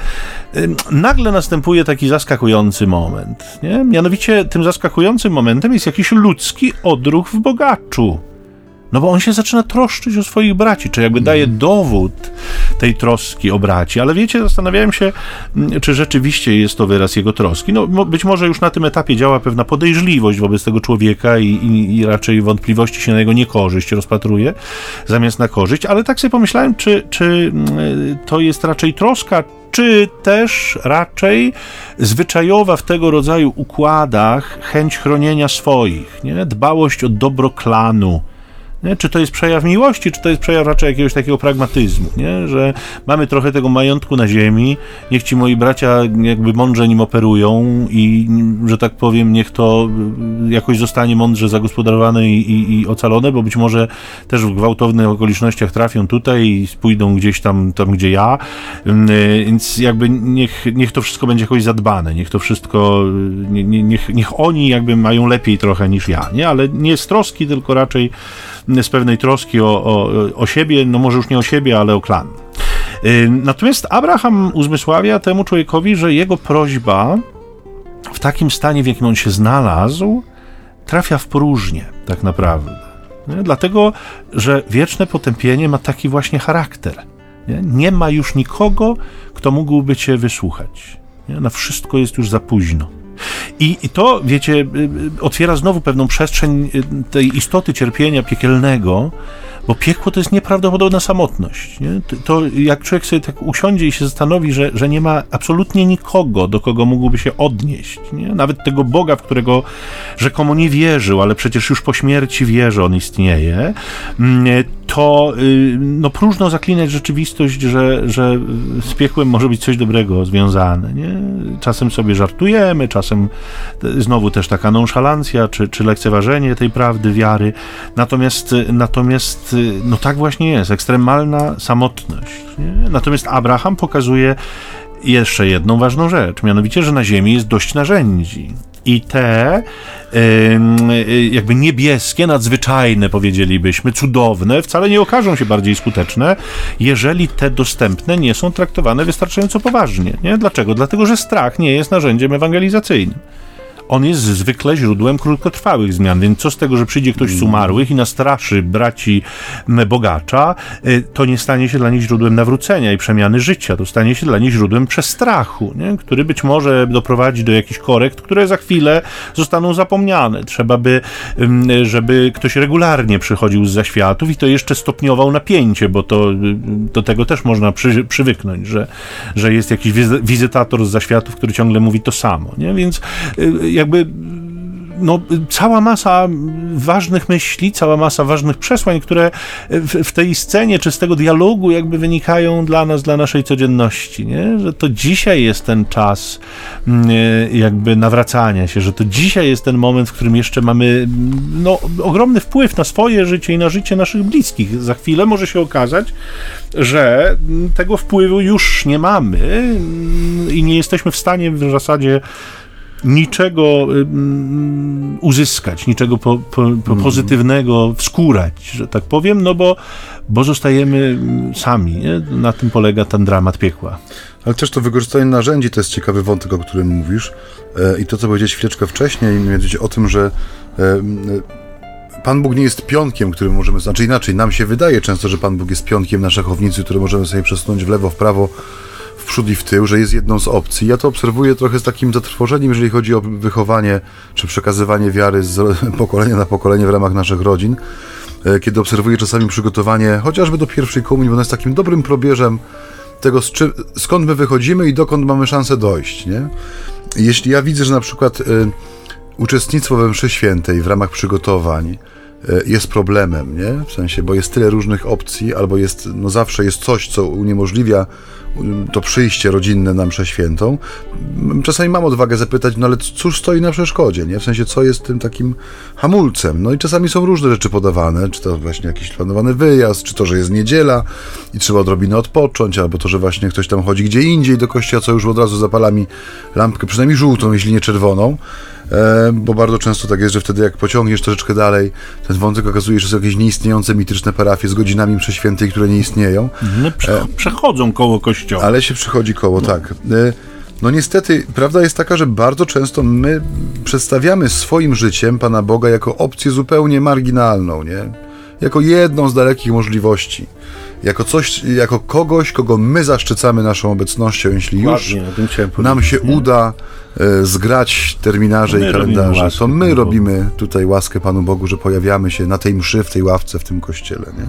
nagle następuje taki zaskakujący moment. Nie? Mianowicie tym zaskakującym momentem jest jakiś ludzki odruch w bogaczu. Bo on się zaczyna troszczyć o swoich braci, czy jakby daje dowód tej troski o braci. Ale wiecie, zastanawiałem się, czy rzeczywiście jest to wyraz jego troski. Być może już na tym etapie działa pewna podejrzliwość wobec tego człowieka i raczej wątpliwości się na jego niekorzyść rozpatruje, zamiast na korzyść. Ale tak sobie pomyślałem, czy to jest raczej troska, czy też raczej zwyczajowa w tego rodzaju układach chęć chronienia swoich, nie? Dbałość o dobro klanu. Nie? Czy to jest przejaw miłości, czy to jest przejaw raczej jakiegoś takiego pragmatyzmu, nie? Że mamy trochę tego majątku na ziemi, niech ci moi bracia jakby mądrze nim operują i, że tak powiem, niech to jakoś zostanie mądrze zagospodarowane i ocalone, bo być może też w gwałtownych okolicznościach trafią tutaj i pójdą gdzieś tam gdzie ja, więc jakby niech to wszystko będzie jakoś zadbane, niech to wszystko, niech oni jakby mają lepiej trochę niż ja, nie? Ale nie z troski, tylko raczej z pewnej troski o siebie, może już nie o siebie, ale o klan. Natomiast Abraham uzmysławia temu człowiekowi, że jego prośba w takim stanie, w jakim on się znalazł, trafia w próżnię, tak naprawdę. Dlatego, że wieczne potępienie ma taki właśnie charakter. Nie ma już nikogo, kto mógłby cię wysłuchać. Na wszystko jest już za późno. I to, wiecie, otwiera znowu pewną przestrzeń tej istoty cierpienia piekielnego, bo piekło to jest nieprawdopodobna samotność. Nie? To jak człowiek sobie tak usiądzie i się zastanowi, że nie ma absolutnie nikogo, do kogo mógłby się odnieść, nie? Nawet tego Boga, w którego rzekomo nie wierzył, ale przecież już po śmierci wie, że on istnieje, to próżno zaklinać rzeczywistość, że z piekłem może być coś dobrego związane. Nie? Czasem sobie żartujemy, czasem znowu też taka nonszalancja, czy lekceważenie tej prawdy, wiary. Natomiast tak właśnie jest, ekstremalna samotność. Nie? Natomiast Abraham pokazuje jeszcze jedną ważną rzecz, mianowicie, że na ziemi jest dość narzędzi. I te jakby niebieskie, nadzwyczajne, powiedzielibyśmy, cudowne, wcale nie okażą się bardziej skuteczne, jeżeli te dostępne nie są traktowane wystarczająco poważnie. Nie? Dlaczego? Dlatego, że strach nie jest narzędziem ewangelizacyjnym. On jest zwykle źródłem krótkotrwałych zmian, więc co z tego, że przyjdzie ktoś z umarłych i nastraszy braci bogacza, to nie stanie się dla nich źródłem nawrócenia i przemiany życia, to stanie się dla nich źródłem przestrachu, nie? Który być może doprowadzi do jakichś korekt, które za chwilę zostaną zapomniane. Trzeba by, żeby ktoś regularnie przychodził z zaświatów i to jeszcze stopniował napięcie, bo to do tego też można przywyknąć, że jest jakiś wizytator z zaświatów, który ciągle mówi to samo, nie? Więc jakby cała masa ważnych myśli, cała masa ważnych przesłań, które w tej scenie, czy z tego dialogu jakby wynikają dla nas, dla naszej codzienności, nie? Że to dzisiaj jest ten czas jakby nawracania się, że to dzisiaj jest ten moment, w którym jeszcze mamy ogromny wpływ na swoje życie i na życie naszych bliskich. Za chwilę może się okazać, że tego wpływu już nie mamy i nie jesteśmy w stanie w zasadzie niczego uzyskać, niczego pozytywnego wskórać, że tak powiem, bo zostajemy sami, nie? Na tym polega ten dramat piekła. Ale też to wykorzystanie narzędzi to jest ciekawy wątek, o którym mówisz. I to, co powiedziałeś chwileczkę wcześniej, mianowicie o tym, że Pan Bóg nie jest pionkiem, którym możemy... Znaczy inaczej, nam się wydaje często, że Pan Bóg jest pionkiem na szachownicy, które możemy sobie przesunąć w lewo, w prawo, w przód i w tył, że jest jedną z opcji. Ja to obserwuję trochę z takim zatrwożeniem, jeżeli chodzi o wychowanie czy przekazywanie wiary z pokolenia na pokolenie w ramach naszych rodzin, kiedy obserwuję czasami przygotowanie chociażby do pierwszej komunii, bo ona jest takim dobrym probierzem tego, skąd my wychodzimy i dokąd mamy szansę dojść, nie? Jeśli ja widzę, że na przykład uczestnictwo we mszy świętej w ramach przygotowań jest problemem, nie? W sensie, bo jest tyle różnych opcji, albo jest, zawsze jest coś, co uniemożliwia to przyjście rodzinne na mszę świętą. Czasami mam odwagę zapytać, ale cóż stoi na przeszkodzie, nie? W sensie, co jest tym takim hamulcem? I czasami są różne rzeczy podawane, czy to właśnie jakiś planowany wyjazd, czy to, że jest niedziela i trzeba odrobinę odpocząć, albo to, że właśnie ktoś tam chodzi gdzie indziej do kościoła, co już od razu zapala mi lampkę, przynajmniej żółtą, jeśli nie czerwoną, bo bardzo często tak jest, że wtedy jak pociągniesz troszeczkę dalej, ten wątek okazuje się, że są jakieś nieistniejące mityczne parafie z godzinami mszy świętej, które nie istnieją. Przechodzą koło kościoła. Ale się przychodzi koło, tak. Niestety, prawda jest taka, że bardzo często my przedstawiamy swoim życiem Pana Boga jako opcję zupełnie marginalną, nie? Jako jedną z dalekich możliwości. Jako coś, jako kogoś, kogo my zaszczycamy naszą obecnością, jeśli już nam się uda zgrać terminarze i kalendarze, to my robimy tutaj łaskę Panu Bogu, że pojawiamy się na tej mszy, w tej ławce, w tym kościele, nie?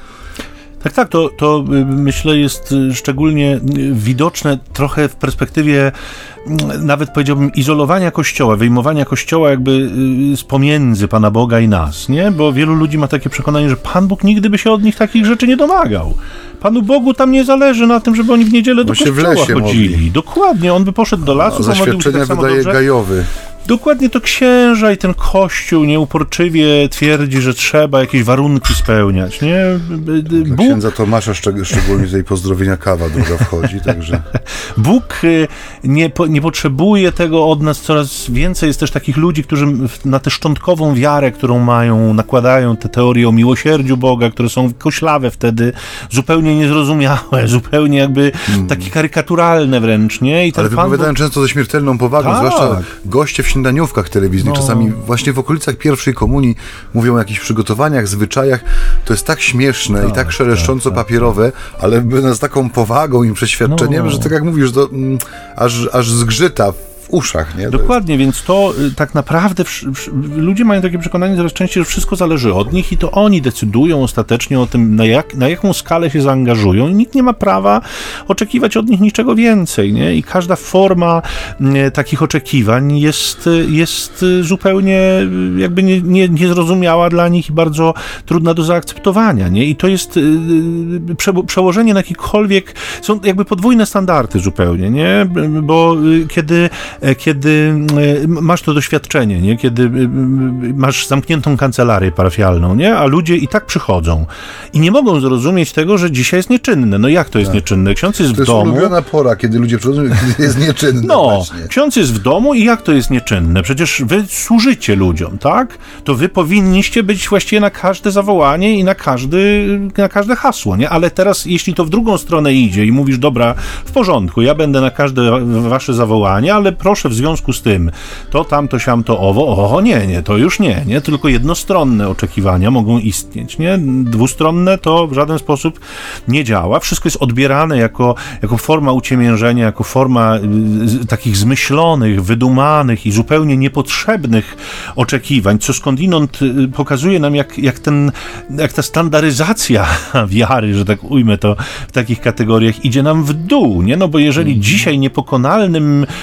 Tak, to myślę jest szczególnie widoczne trochę w perspektywie nawet powiedziałbym izolowania Kościoła, wyjmowania Kościoła jakby z pomiędzy Pana Boga i nas, nie? Bo wielu ludzi ma takie przekonanie, że Pan Bóg nigdy by się od nich takich rzeczy nie domagał. Panu Bogu tam nie zależy na tym, żeby oni w niedzielę do kościoła chodzili. Modli. Dokładnie, on by poszedł do lasu, zaświadczenia tak wydaje dobrze. Gajowy. Dokładnie, to księża i ten Kościół nieuporczywie twierdzi, że trzeba jakieś warunki spełniać, nie? Bóg... Księdza Tomasza szczególnie tutaj pozdrowienia kawa druga wchodzi, także... Bóg nie potrzebuje tego od nas, coraz więcej jest też takich ludzi, którzy na tę szczątkową wiarę, którą mają, nakładają te teorie o miłosierdziu Boga, które są koślawe wtedy, zupełnie niezrozumiałe, zupełnie jakby takie karykaturalne wręcz, nie? I ten ale wypowiadają często ze śmiertelną powagą, tak. Zwłaszcza goście w śniadaniówkach telewizyjnych, czasami właśnie w okolicach pierwszej komunii mówią o jakichś przygotowaniach, zwyczajach. To jest tak śmieszne i tak szeleszcząco papierowe, ale z taką powagą i przeświadczeniem, że tak jak mówisz, to aż zgrzyta w uszach, nie? Dokładnie, więc to tak naprawdę ludzie mają takie przekonanie coraz częściej, że wszystko zależy od nich i to oni decydują ostatecznie o tym, na jaką skalę się zaangażują i nikt nie ma prawa oczekiwać od nich niczego więcej, nie? I każda forma takich oczekiwań jest zupełnie jakby niezrozumiała dla nich i bardzo trudna do zaakceptowania, nie? I to jest przełożenie na jakikolwiek, są jakby podwójne standardy zupełnie, nie? Bo kiedy masz to doświadczenie, nie? Kiedy masz zamkniętą kancelarię parafialną, nie? A ludzie i tak przychodzą i nie mogą zrozumieć tego, że dzisiaj jest nieczynne. No jak to jest nieczynne? Ksiądz jest w domu. To jest ulubiona pora, kiedy ludzie przychodzą, kiedy jest nieczynne. Właśnie. Ksiądz jest w domu i jak to jest nieczynne? Przecież wy służycie ludziom, tak? To wy powinniście być właściwie na każde zawołanie i na każde hasło, nie? Ale teraz, jeśli to w drugą stronę idzie i mówisz, dobra, w porządku, ja będę na każde wasze zawołanie, ale proszę w związku z tym, to tamto, siamto, owo, nie, to już nie, tylko jednostronne oczekiwania mogą istnieć, nie? Dwustronne to w żaden sposób nie działa. Wszystko jest odbierane jako forma uciemiężenia, jako forma takich zmyślonych, wydumanych i zupełnie niepotrzebnych oczekiwań, co skądinąd pokazuje nam, jak ta standaryzacja wiary, że tak ujmę to w takich kategoriach, idzie nam w dół, nie? No bo jeżeli dzisiaj niepokonalnym czy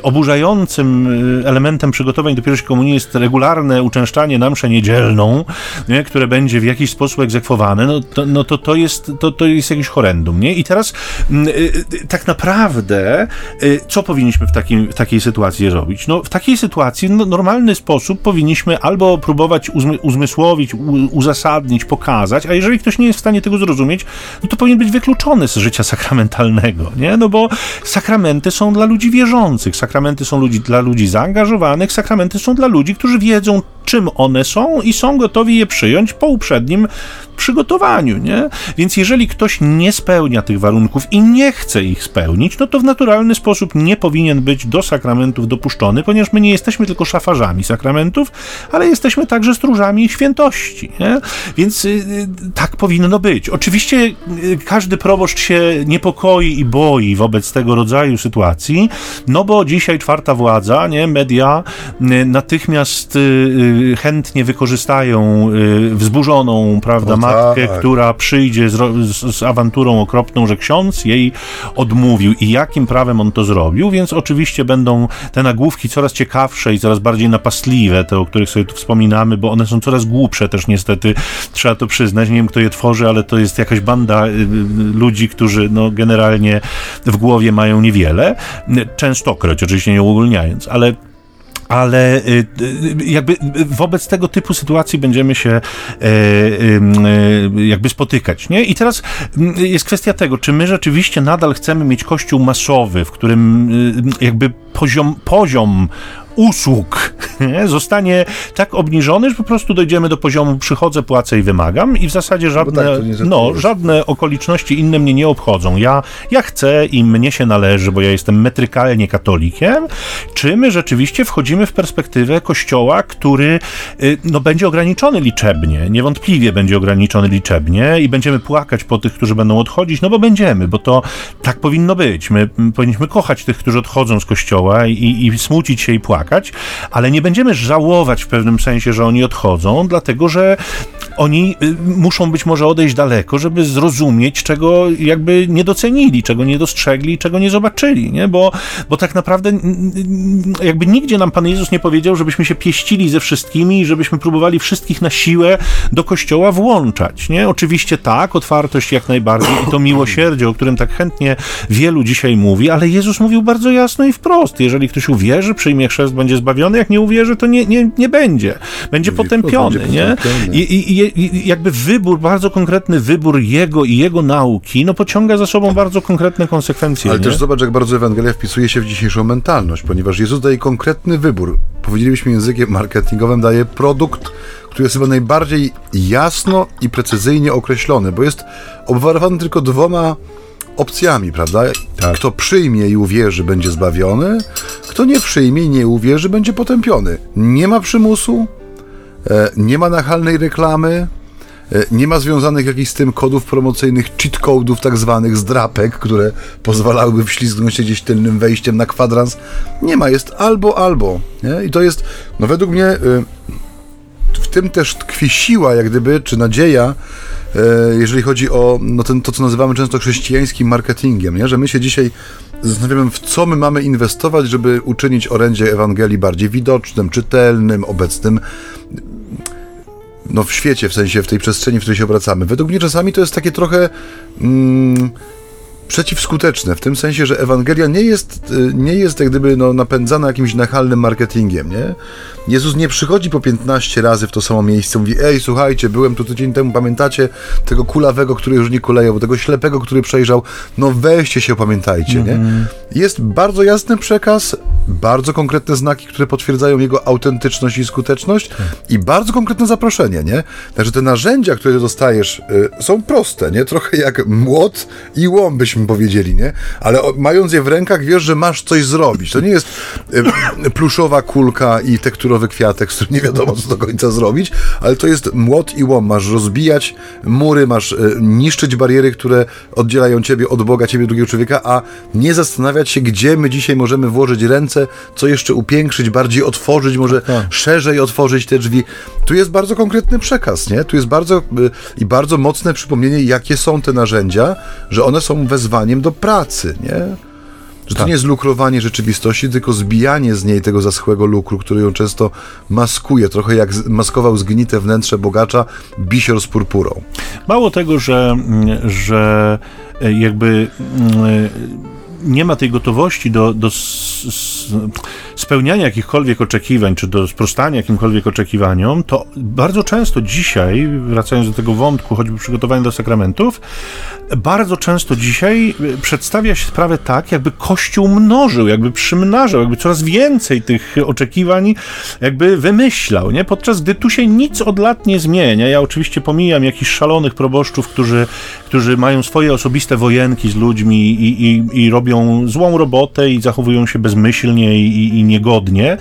oburzającym elementem przygotowań do pierwszej komunii jest regularne uczęszczanie na mszę niedzielną, nie, które będzie w jakiś sposób egzekwowane, to jest jakiś horrendum, nie? I teraz tak naprawdę co powinniśmy w takiej sytuacji robić? No, w takiej sytuacji w normalny sposób powinniśmy albo próbować uzmysłowić, uzasadnić, pokazać, a jeżeli ktoś nie jest w stanie tego zrozumieć, no to powinien być wykluczony z życia sakramentalnego, nie? No bo sakramenty są dla ludzi wierzących, sakramenty są dla ludzi zaangażowanych, sakramenty są dla ludzi, którzy wiedzą, czym one są i są gotowi je przyjąć po uprzednim przygotowaniu, nie? Więc jeżeli ktoś nie spełnia tych warunków i nie chce ich spełnić, no to w naturalny sposób nie powinien być do sakramentów dopuszczony, ponieważ my nie jesteśmy tylko szafarzami sakramentów, ale jesteśmy także stróżami ich świętości, nie? Więc tak powinno być. Oczywiście każdy proboszcz się niepokoi i boi wobec tego rodzaju sytuacji, no bo dzisiaj czwarta władza, nie, media natychmiast chętnie wykorzystają wzburzoną, prawda, matkę, która przyjdzie z awanturą okropną, że ksiądz jej odmówił i jakim prawem on to zrobił, więc oczywiście będą te nagłówki coraz ciekawsze i coraz bardziej napastliwe, te, o których sobie tu wspominamy, bo one są coraz głupsze też niestety, trzeba to przyznać, nie wiem kto je tworzy, ale to jest jakaś banda ludzi, którzy no generalnie w głowie mają niewiele, częstokroć, oczywiście nie uogólniając, ale jakby wobec tego typu sytuacji będziemy się jakby spotykać, nie? I teraz jest kwestia tego, czy my rzeczywiście nadal chcemy mieć kościół masowy, w którym jakby poziom usług zostanie tak obniżony, że po prostu dojdziemy do poziomu przychodzę, płacę i wymagam i w zasadzie żadne okoliczności inne mnie nie obchodzą. Ja chcę i mnie się należy, bo ja jestem metrykalnie katolikiem. Czy my rzeczywiście wchodzimy w perspektywę kościoła, który będzie ograniczony liczebnie, niewątpliwie będzie ograniczony liczebnie i będziemy płakać po tych, którzy będą odchodzić, no bo będziemy, bo to tak powinno być. My powinniśmy kochać tych, którzy odchodzą z kościoła i smucić się i płakać, ale nie będziemy żałować w pewnym sensie, że oni odchodzą, dlatego, że oni muszą być może odejść daleko, żeby zrozumieć, czego jakby nie docenili, czego nie dostrzegli, czego nie zobaczyli, nie? Bo tak naprawdę jakby nigdzie nam Pan Jezus nie powiedział, żebyśmy się pieścili ze wszystkimi i żebyśmy próbowali wszystkich na siłę do Kościoła włączać, nie? Oczywiście tak, otwartość jak najbardziej i to miłosierdzie, o którym tak chętnie wielu dzisiaj mówi, ale Jezus mówił bardzo jasno i wprost, jeżeli ktoś uwierzy, przyjmie chrzest, będzie zbawiony, jak nie uwierzy, to nie będzie. Będzie potępiony, nie? I jakby bardzo konkretny wybór jego nauki, no pociąga za sobą bardzo konkretne konsekwencje. Ale też zobacz, jak bardzo Ewangelia wpisuje się w dzisiejszą mentalność, ponieważ Jezus daje konkretny wybór. Powiedzielibyśmy językiem marketingowym, daje produkt, który jest chyba najbardziej jasno i precyzyjnie określony, bo jest obwarowany tylko dwoma opcjami, prawda? Tak. Kto przyjmie i uwierzy, będzie zbawiony. Kto nie przyjmie i nie uwierzy, będzie potępiony. Nie ma przymusu, nie ma nachalnej reklamy, nie ma związanych jakichś z tym kodów promocyjnych, cheat code'ów tak zwanych, zdrapek, które pozwalałyby wślizgnąć się gdzieś tylnym wejściem na kwadrans. Nie ma, jest albo. Nie? I to jest, no według mnie, w tym też tkwi siła, jak gdyby, czy nadzieja, jeżeli chodzi o to, co nazywamy często chrześcijańskim marketingiem, nie? Że my się dzisiaj zastanawiamy, w co my mamy inwestować, żeby uczynić orędzie Ewangelii bardziej widocznym, czytelnym, obecnym w świecie, w sensie w tej przestrzeni, w której się obracamy. Według mnie czasami to jest takie trochę przeciwskuteczne, w tym sensie, że Ewangelia nie jest jak gdyby napędzana jakimś nachalnym marketingiem, nie? Jezus nie przychodzi po 15 razy w to samo miejsce, mówi, ej, słuchajcie, byłem tu tydzień temu, pamiętacie tego kulawego, który już nie kuleje, bo tego ślepego, który przejrzał, no weźcie się, opamiętajcie, nie? Jest bardzo jasny przekaz, bardzo konkretne znaki, które potwierdzają jego autentyczność i skuteczność i bardzo konkretne zaproszenie, nie? Także te narzędzia, które dostajesz, są proste, nie? Trochę jak młot i łom, byśmy powiedzieli, nie? Ale mając je w rękach, wiesz, że masz coś zrobić. To nie jest pluszowa kulka i tekturowy kwiatek, z którym nie wiadomo, co do końca zrobić, ale to jest młot i łom. Masz rozbijać mury, masz niszczyć bariery, które oddzielają ciebie od Boga, ciebie drugiego człowieka, a nie zastanawiać się, gdzie my dzisiaj możemy włożyć ręce, co jeszcze upiększyć, bardziej otworzyć, może szerzej otworzyć te drzwi. Tu jest bardzo konkretny przekaz, nie? Tu jest bardzo mocne przypomnienie, jakie są te narzędzia, że one są wezwaniem do pracy, nie? Że to nie jest lukrowanie rzeczywistości, tylko zbijanie z niej tego zaschłego lukru, który ją często maskuje, trochę jak maskował zgnite wnętrze bogacza bisior z purpurą. Mało tego, że jakby nie ma tej gotowości do spełniania jakichkolwiek oczekiwań, czy do sprostania jakimkolwiek oczekiwaniom, to bardzo często dzisiaj, wracając do tego wątku, choćby przygotowania do sakramentów, bardzo często dzisiaj przedstawia się sprawę tak, jakby Kościół mnożył, jakby przymnażał, jakby coraz więcej tych oczekiwań jakby wymyślał, nie? Podczas gdy tu się nic od lat nie zmienia. Ja oczywiście pomijam jakichś szalonych proboszczów, którzy mają swoje osobiste wojenki z ludźmi i robią złą robotę i zachowują się bezmyślnie i niegodnie,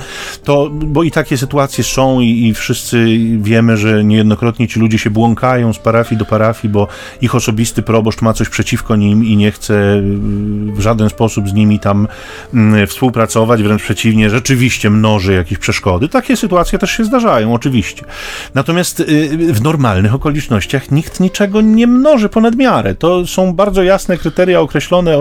bo i takie sytuacje są i wszyscy wiemy, że niejednokrotnie ci ludzie się błąkają z parafii do parafii, bo ich osobisty proboszcz ma coś przeciwko nim i nie chce w żaden sposób z nimi tam współpracować, wręcz przeciwnie, rzeczywiście mnoży jakieś przeszkody. Takie sytuacje też się zdarzają, oczywiście. Natomiast w normalnych okolicznościach nikt niczego nie mnoży ponad miarę. To są bardzo jasne kryteria określone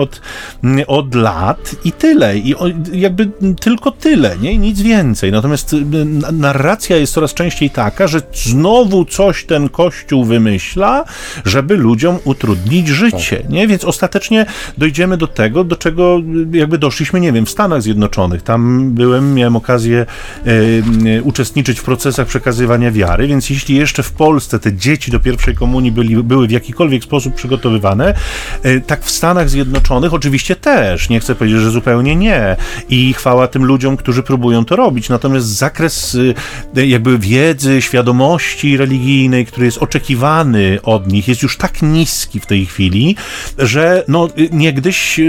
od lat i tyle. I jakby tylko tyle, nie? Nic więcej. Natomiast narracja jest coraz częściej taka, że znowu coś ten Kościół wymyśla, żeby ludziom utrudnić życie, nie? Więc ostatecznie dojdziemy do tego, do czego jakby doszliśmy, nie wiem, w Stanach Zjednoczonych. Tam miałem okazję uczestniczyć w procesach przekazywania wiary, więc jeśli jeszcze w Polsce te dzieci do pierwszej komunii były w jakikolwiek sposób przygotowywane, tak w Stanach Zjednoczonych oczywiście też. Nie chcę powiedzieć, że zupełnie nie. I chwała tym ludziom, którzy próbują to robić. Natomiast zakres jakby wiedzy, świadomości religijnej, który jest oczekiwany od nich, jest już tak niski w tej chwili, że no niegdyś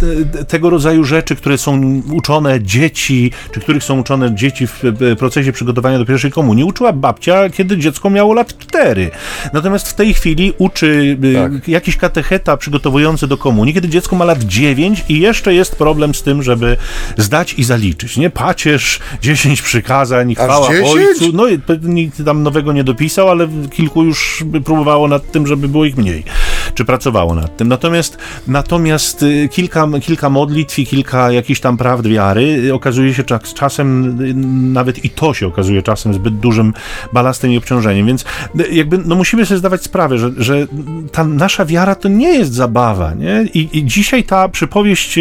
tego rodzaju rzeczy, które są uczone dzieci, czy których są uczone dzieci w procesie przygotowania do pierwszej komunii, uczyła babcia, kiedy dziecko miało lat 4. Natomiast w tej chwili uczy jakiś katecheta przygotowujący do komunii, kiedy dziecko ma lat 9 i jeszcze jest problem z tym, żeby zdać i zaliczyć, nie? Pacierz, 10 przykazań, chwała Ojcu. No i nikt tam nowego nie dopisał, ale kilku już próbowało nad tym, żeby było ich mniej. Czy pracowało nad tym. Natomiast kilka modlitw i kilka jakichś tam prawd wiary okazuje się czasem, nawet i to się okazuje czasem zbyt dużym balastem i obciążeniem. Więc jakby no musimy sobie zdawać sprawę, że ta nasza wiara to nie jest zabawa, nie? I dzisiaj ta przypowieść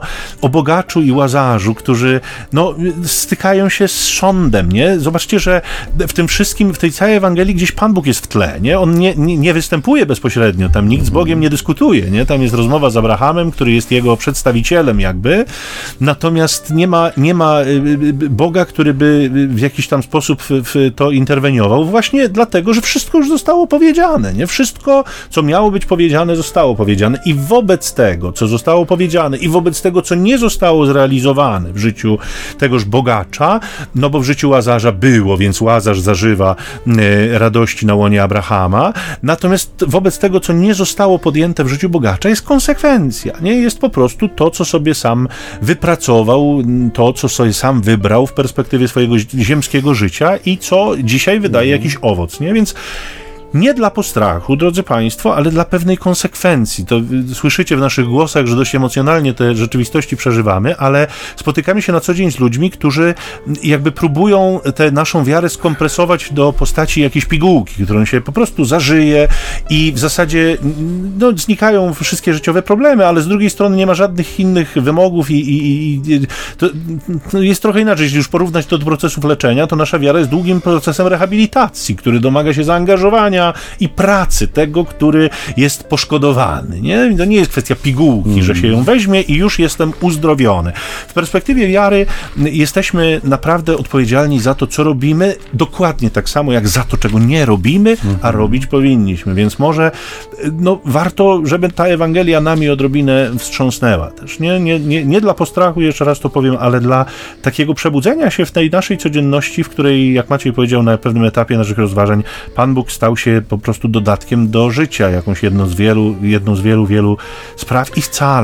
o bogaczu i łazarzu, którzy no, stykają się z sądem, nie? Zobaczcie, że w tym wszystkim, w tej całej Ewangelii gdzieś Pan Bóg jest w tle, nie? On nie występuje bezpośrednio, tam nikt z Bogiem nie dyskutuje, nie? Tam jest rozmowa z Abrahamem, który jest jego przedstawicielem jakby, natomiast nie ma Boga, który by w jakiś tam sposób w to interweniował, właśnie dlatego, że wszystko już zostało powiedziane, nie? Wszystko, co miało być powiedziane, zostało powiedziane i wobec tego, co zostało powiedziane i wobec tego, co nie zostało zrealizowane w życiu tegoż bogacza, no bo w życiu Łazarza było, więc Łazarz zażywa radości na łonie Abrahama, natomiast wobec tego, co nie zostało podjęte w życiu bogacza, jest konsekwencja, nie? Jest po prostu to, co sobie sam wypracował, to, co sobie sam wybrał w perspektywie swojego ziemskiego życia i co dzisiaj wydaje jakiś owoc, nie? Więc nie dla postrachu, drodzy Państwo, ale dla pewnej konsekwencji. To słyszycie w naszych głosach, że dość emocjonalnie te rzeczywistości przeżywamy, ale spotykamy się na co dzień z ludźmi, którzy jakby próbują tę naszą wiarę skompresować do postaci jakiejś pigułki, którą się po prostu zażyje i w zasadzie no, znikają wszystkie życiowe problemy, ale z drugiej strony nie ma żadnych innych wymogów i to jest trochę inaczej. Jeśli już porównać to do procesów leczenia, to nasza wiara jest długim procesem rehabilitacji, który domaga się zaangażowania i pracy tego, który jest poszkodowany. Nie? To nie jest kwestia pigułki, że się ją weźmie i już jestem uzdrowiony. W perspektywie wiary jesteśmy naprawdę odpowiedzialni za to, co robimy, dokładnie tak samo jak za to, czego nie robimy, a robić powinniśmy. Więc może no, warto, żeby ta Ewangelia nami odrobinę wstrząsnęła też. Nie dla postrachu, jeszcze raz to powiem, ale dla takiego przebudzenia się w tej naszej codzienności, w której, jak Maciej powiedział na pewnym etapie naszych rozważań, Pan Bóg stał się po prostu dodatkiem do życia, jakąś jedną z wielu spraw i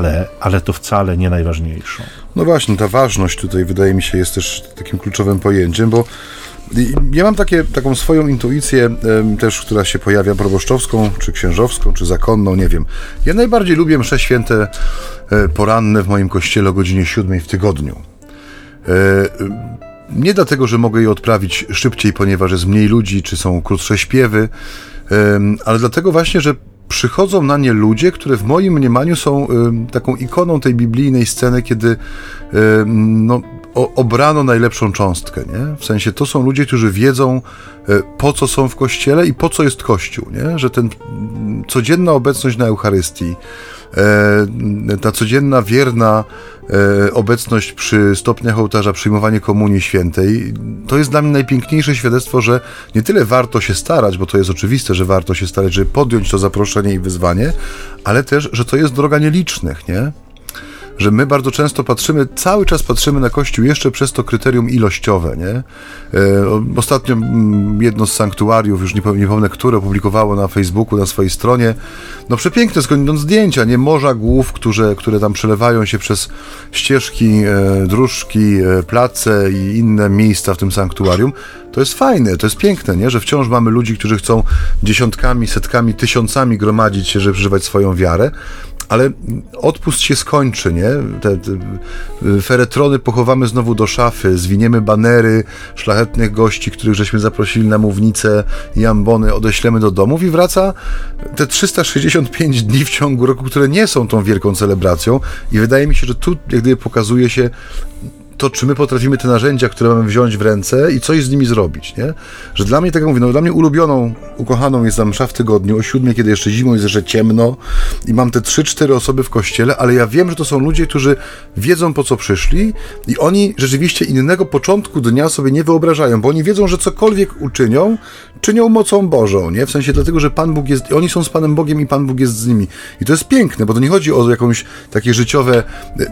wcale nie najważniejszą. No właśnie, ta ważność tutaj wydaje mi się jest też takim kluczowym pojęciem, bo ja mam taką swoją intuicję też, która się pojawia proboszczowską, czy księżowską, czy zakonną, nie wiem. Ja najbardziej lubię msze święte poranne w moim kościele o godzinie 7 w tygodniu. Nie dlatego, że mogę je odprawić szybciej, ponieważ jest mniej ludzi, czy są krótsze śpiewy, ale dlatego właśnie, że przychodzą na nie ludzie, które w moim mniemaniu są taką ikoną tej biblijnej sceny, kiedy obrano najlepszą cząstkę, nie? W sensie to są ludzie, którzy wiedzą, po co są w Kościele i po co jest Kościół, nie? Że ten codzienna obecność na Eucharystii, ta codzienna, wierna obecność przy stopniach ołtarza, przyjmowanie Komunii Świętej, to jest dla mnie najpiękniejsze świadectwo, że nie tyle warto się starać, bo to jest oczywiste, że warto się starać, żeby podjąć to zaproszenie i wyzwanie, ale też, że to jest droga nielicznych, nie? Że my bardzo często cały czas patrzymy na Kościół jeszcze przez to kryterium ilościowe, nie? Ostatnio jedno z sanktuariów, już nie pomnę które, opublikowało na Facebooku, na swojej stronie, przepiękne skądinąd zdjęcia, nie? Morza głów, które tam przelewają się przez ścieżki, dróżki, place i inne miejsca w tym sanktuarium. To jest fajne, to jest piękne, nie? Że wciąż mamy ludzi, którzy chcą dziesiątkami, setkami, tysiącami gromadzić się, żeby przeżywać swoją wiarę, ale odpust się skończy, nie? Te feretrony pochowamy znowu do szafy, zwiniemy banery szlachetnych gości, których żeśmy zaprosili na mównicę i ambony, odeślemy do domów i wraca te 365 dni w ciągu roku, które nie są tą wielką celebracją i wydaje mi się, że tu jak gdyby pokazuje się to, czy my potrafimy te narzędzia, które mamy wziąć w ręce i coś z nimi zrobić, nie? Że dla mnie, tak jak mówię, dla mnie ulubioną, ukochaną jest tam msza w tygodniu o 7, kiedy jeszcze zimą jest jeszcze ciemno i mam te 3-4 osoby w kościele, ale ja wiem, że to są ludzie, którzy wiedzą, po co przyszli i oni rzeczywiście innego początku dnia sobie nie wyobrażają, bo oni wiedzą, że cokolwiek uczynią, czynią mocą Bożą, nie? W sensie dlatego, że Pan Bóg jest, oni są z Panem Bogiem i Pan Bóg jest z nimi. I to jest piękne, bo to nie chodzi o jakąś takie życiowe,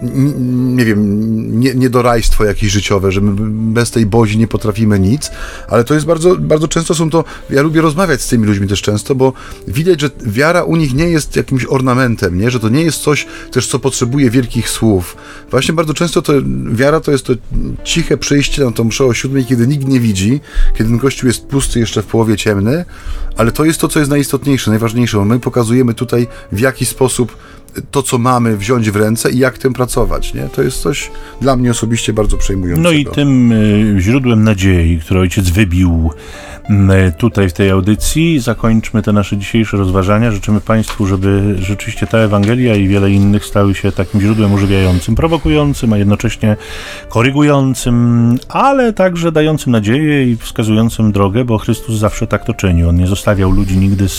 nie wiem, niedorajstwo jakieś życiowe, że my bez tej Bozi nie potrafimy nic, ale to jest bardzo, bardzo często są to, ja lubię rozmawiać z tymi ludźmi też często, bo widać, że wiara u nich nie jest jakimś ornamentem, nie? Że to nie jest coś też, co potrzebuje wielkich słów. Właśnie bardzo często wiara to jest to ciche przyjście na tą mszę o 7, kiedy nikt nie widzi, kiedy ten kościół jest pusty, jeszcze w połowie ciemny, ale to jest to, co jest najistotniejsze, najważniejsze, bo my pokazujemy tutaj, w jaki sposób to, co mamy, wziąć w ręce i jak tym pracować, nie? To jest coś dla mnie osobiście bardzo przejmującego. No i tym źródłem nadziei, które ojciec wybił tutaj w tej audycji, zakończmy te nasze dzisiejsze rozważania. Życzymy Państwu, żeby rzeczywiście ta Ewangelia i wiele innych stały się takim źródłem ożywiającym, prowokującym, a jednocześnie korygującym, ale także dającym nadzieję i wskazującym drogę, bo Chrystus zawsze tak to czyni. On nie zostawiał ludzi nigdy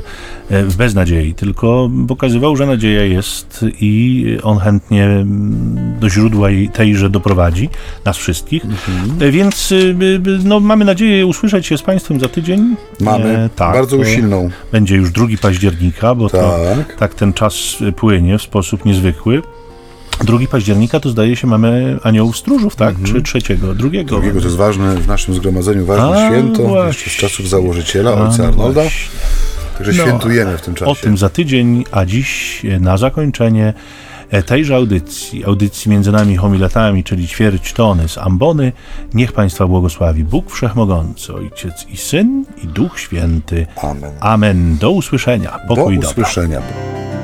w beznadziei, tylko pokazywał, że nadzieja jest i on chętnie do źródła tejże doprowadzi nas wszystkich. Więc mamy nadzieję usłyszeć się z Państwem za tydzień. Mamy, bardzo usilną. Będzie już 2 października, bo tak ten czas płynie w sposób niezwykły. 2 października to zdaje się mamy Aniołów Stróżów, tak? Czy 3? 2. To jest ważne w naszym zgromadzeniu, ważne święto, jeszcze z czasów założyciela, ojca Arnolda. Także świętujemy w tym czasie. O tym za tydzień, a dziś na zakończenie tejże audycji między nami homiletami, czyli ćwierć tony z ambony, niech Państwa błogosławi Bóg Wszechmogący, Ojciec i Syn i Duch Święty. Amen. Amen. Do usłyszenia. Pokój do usłyszenia.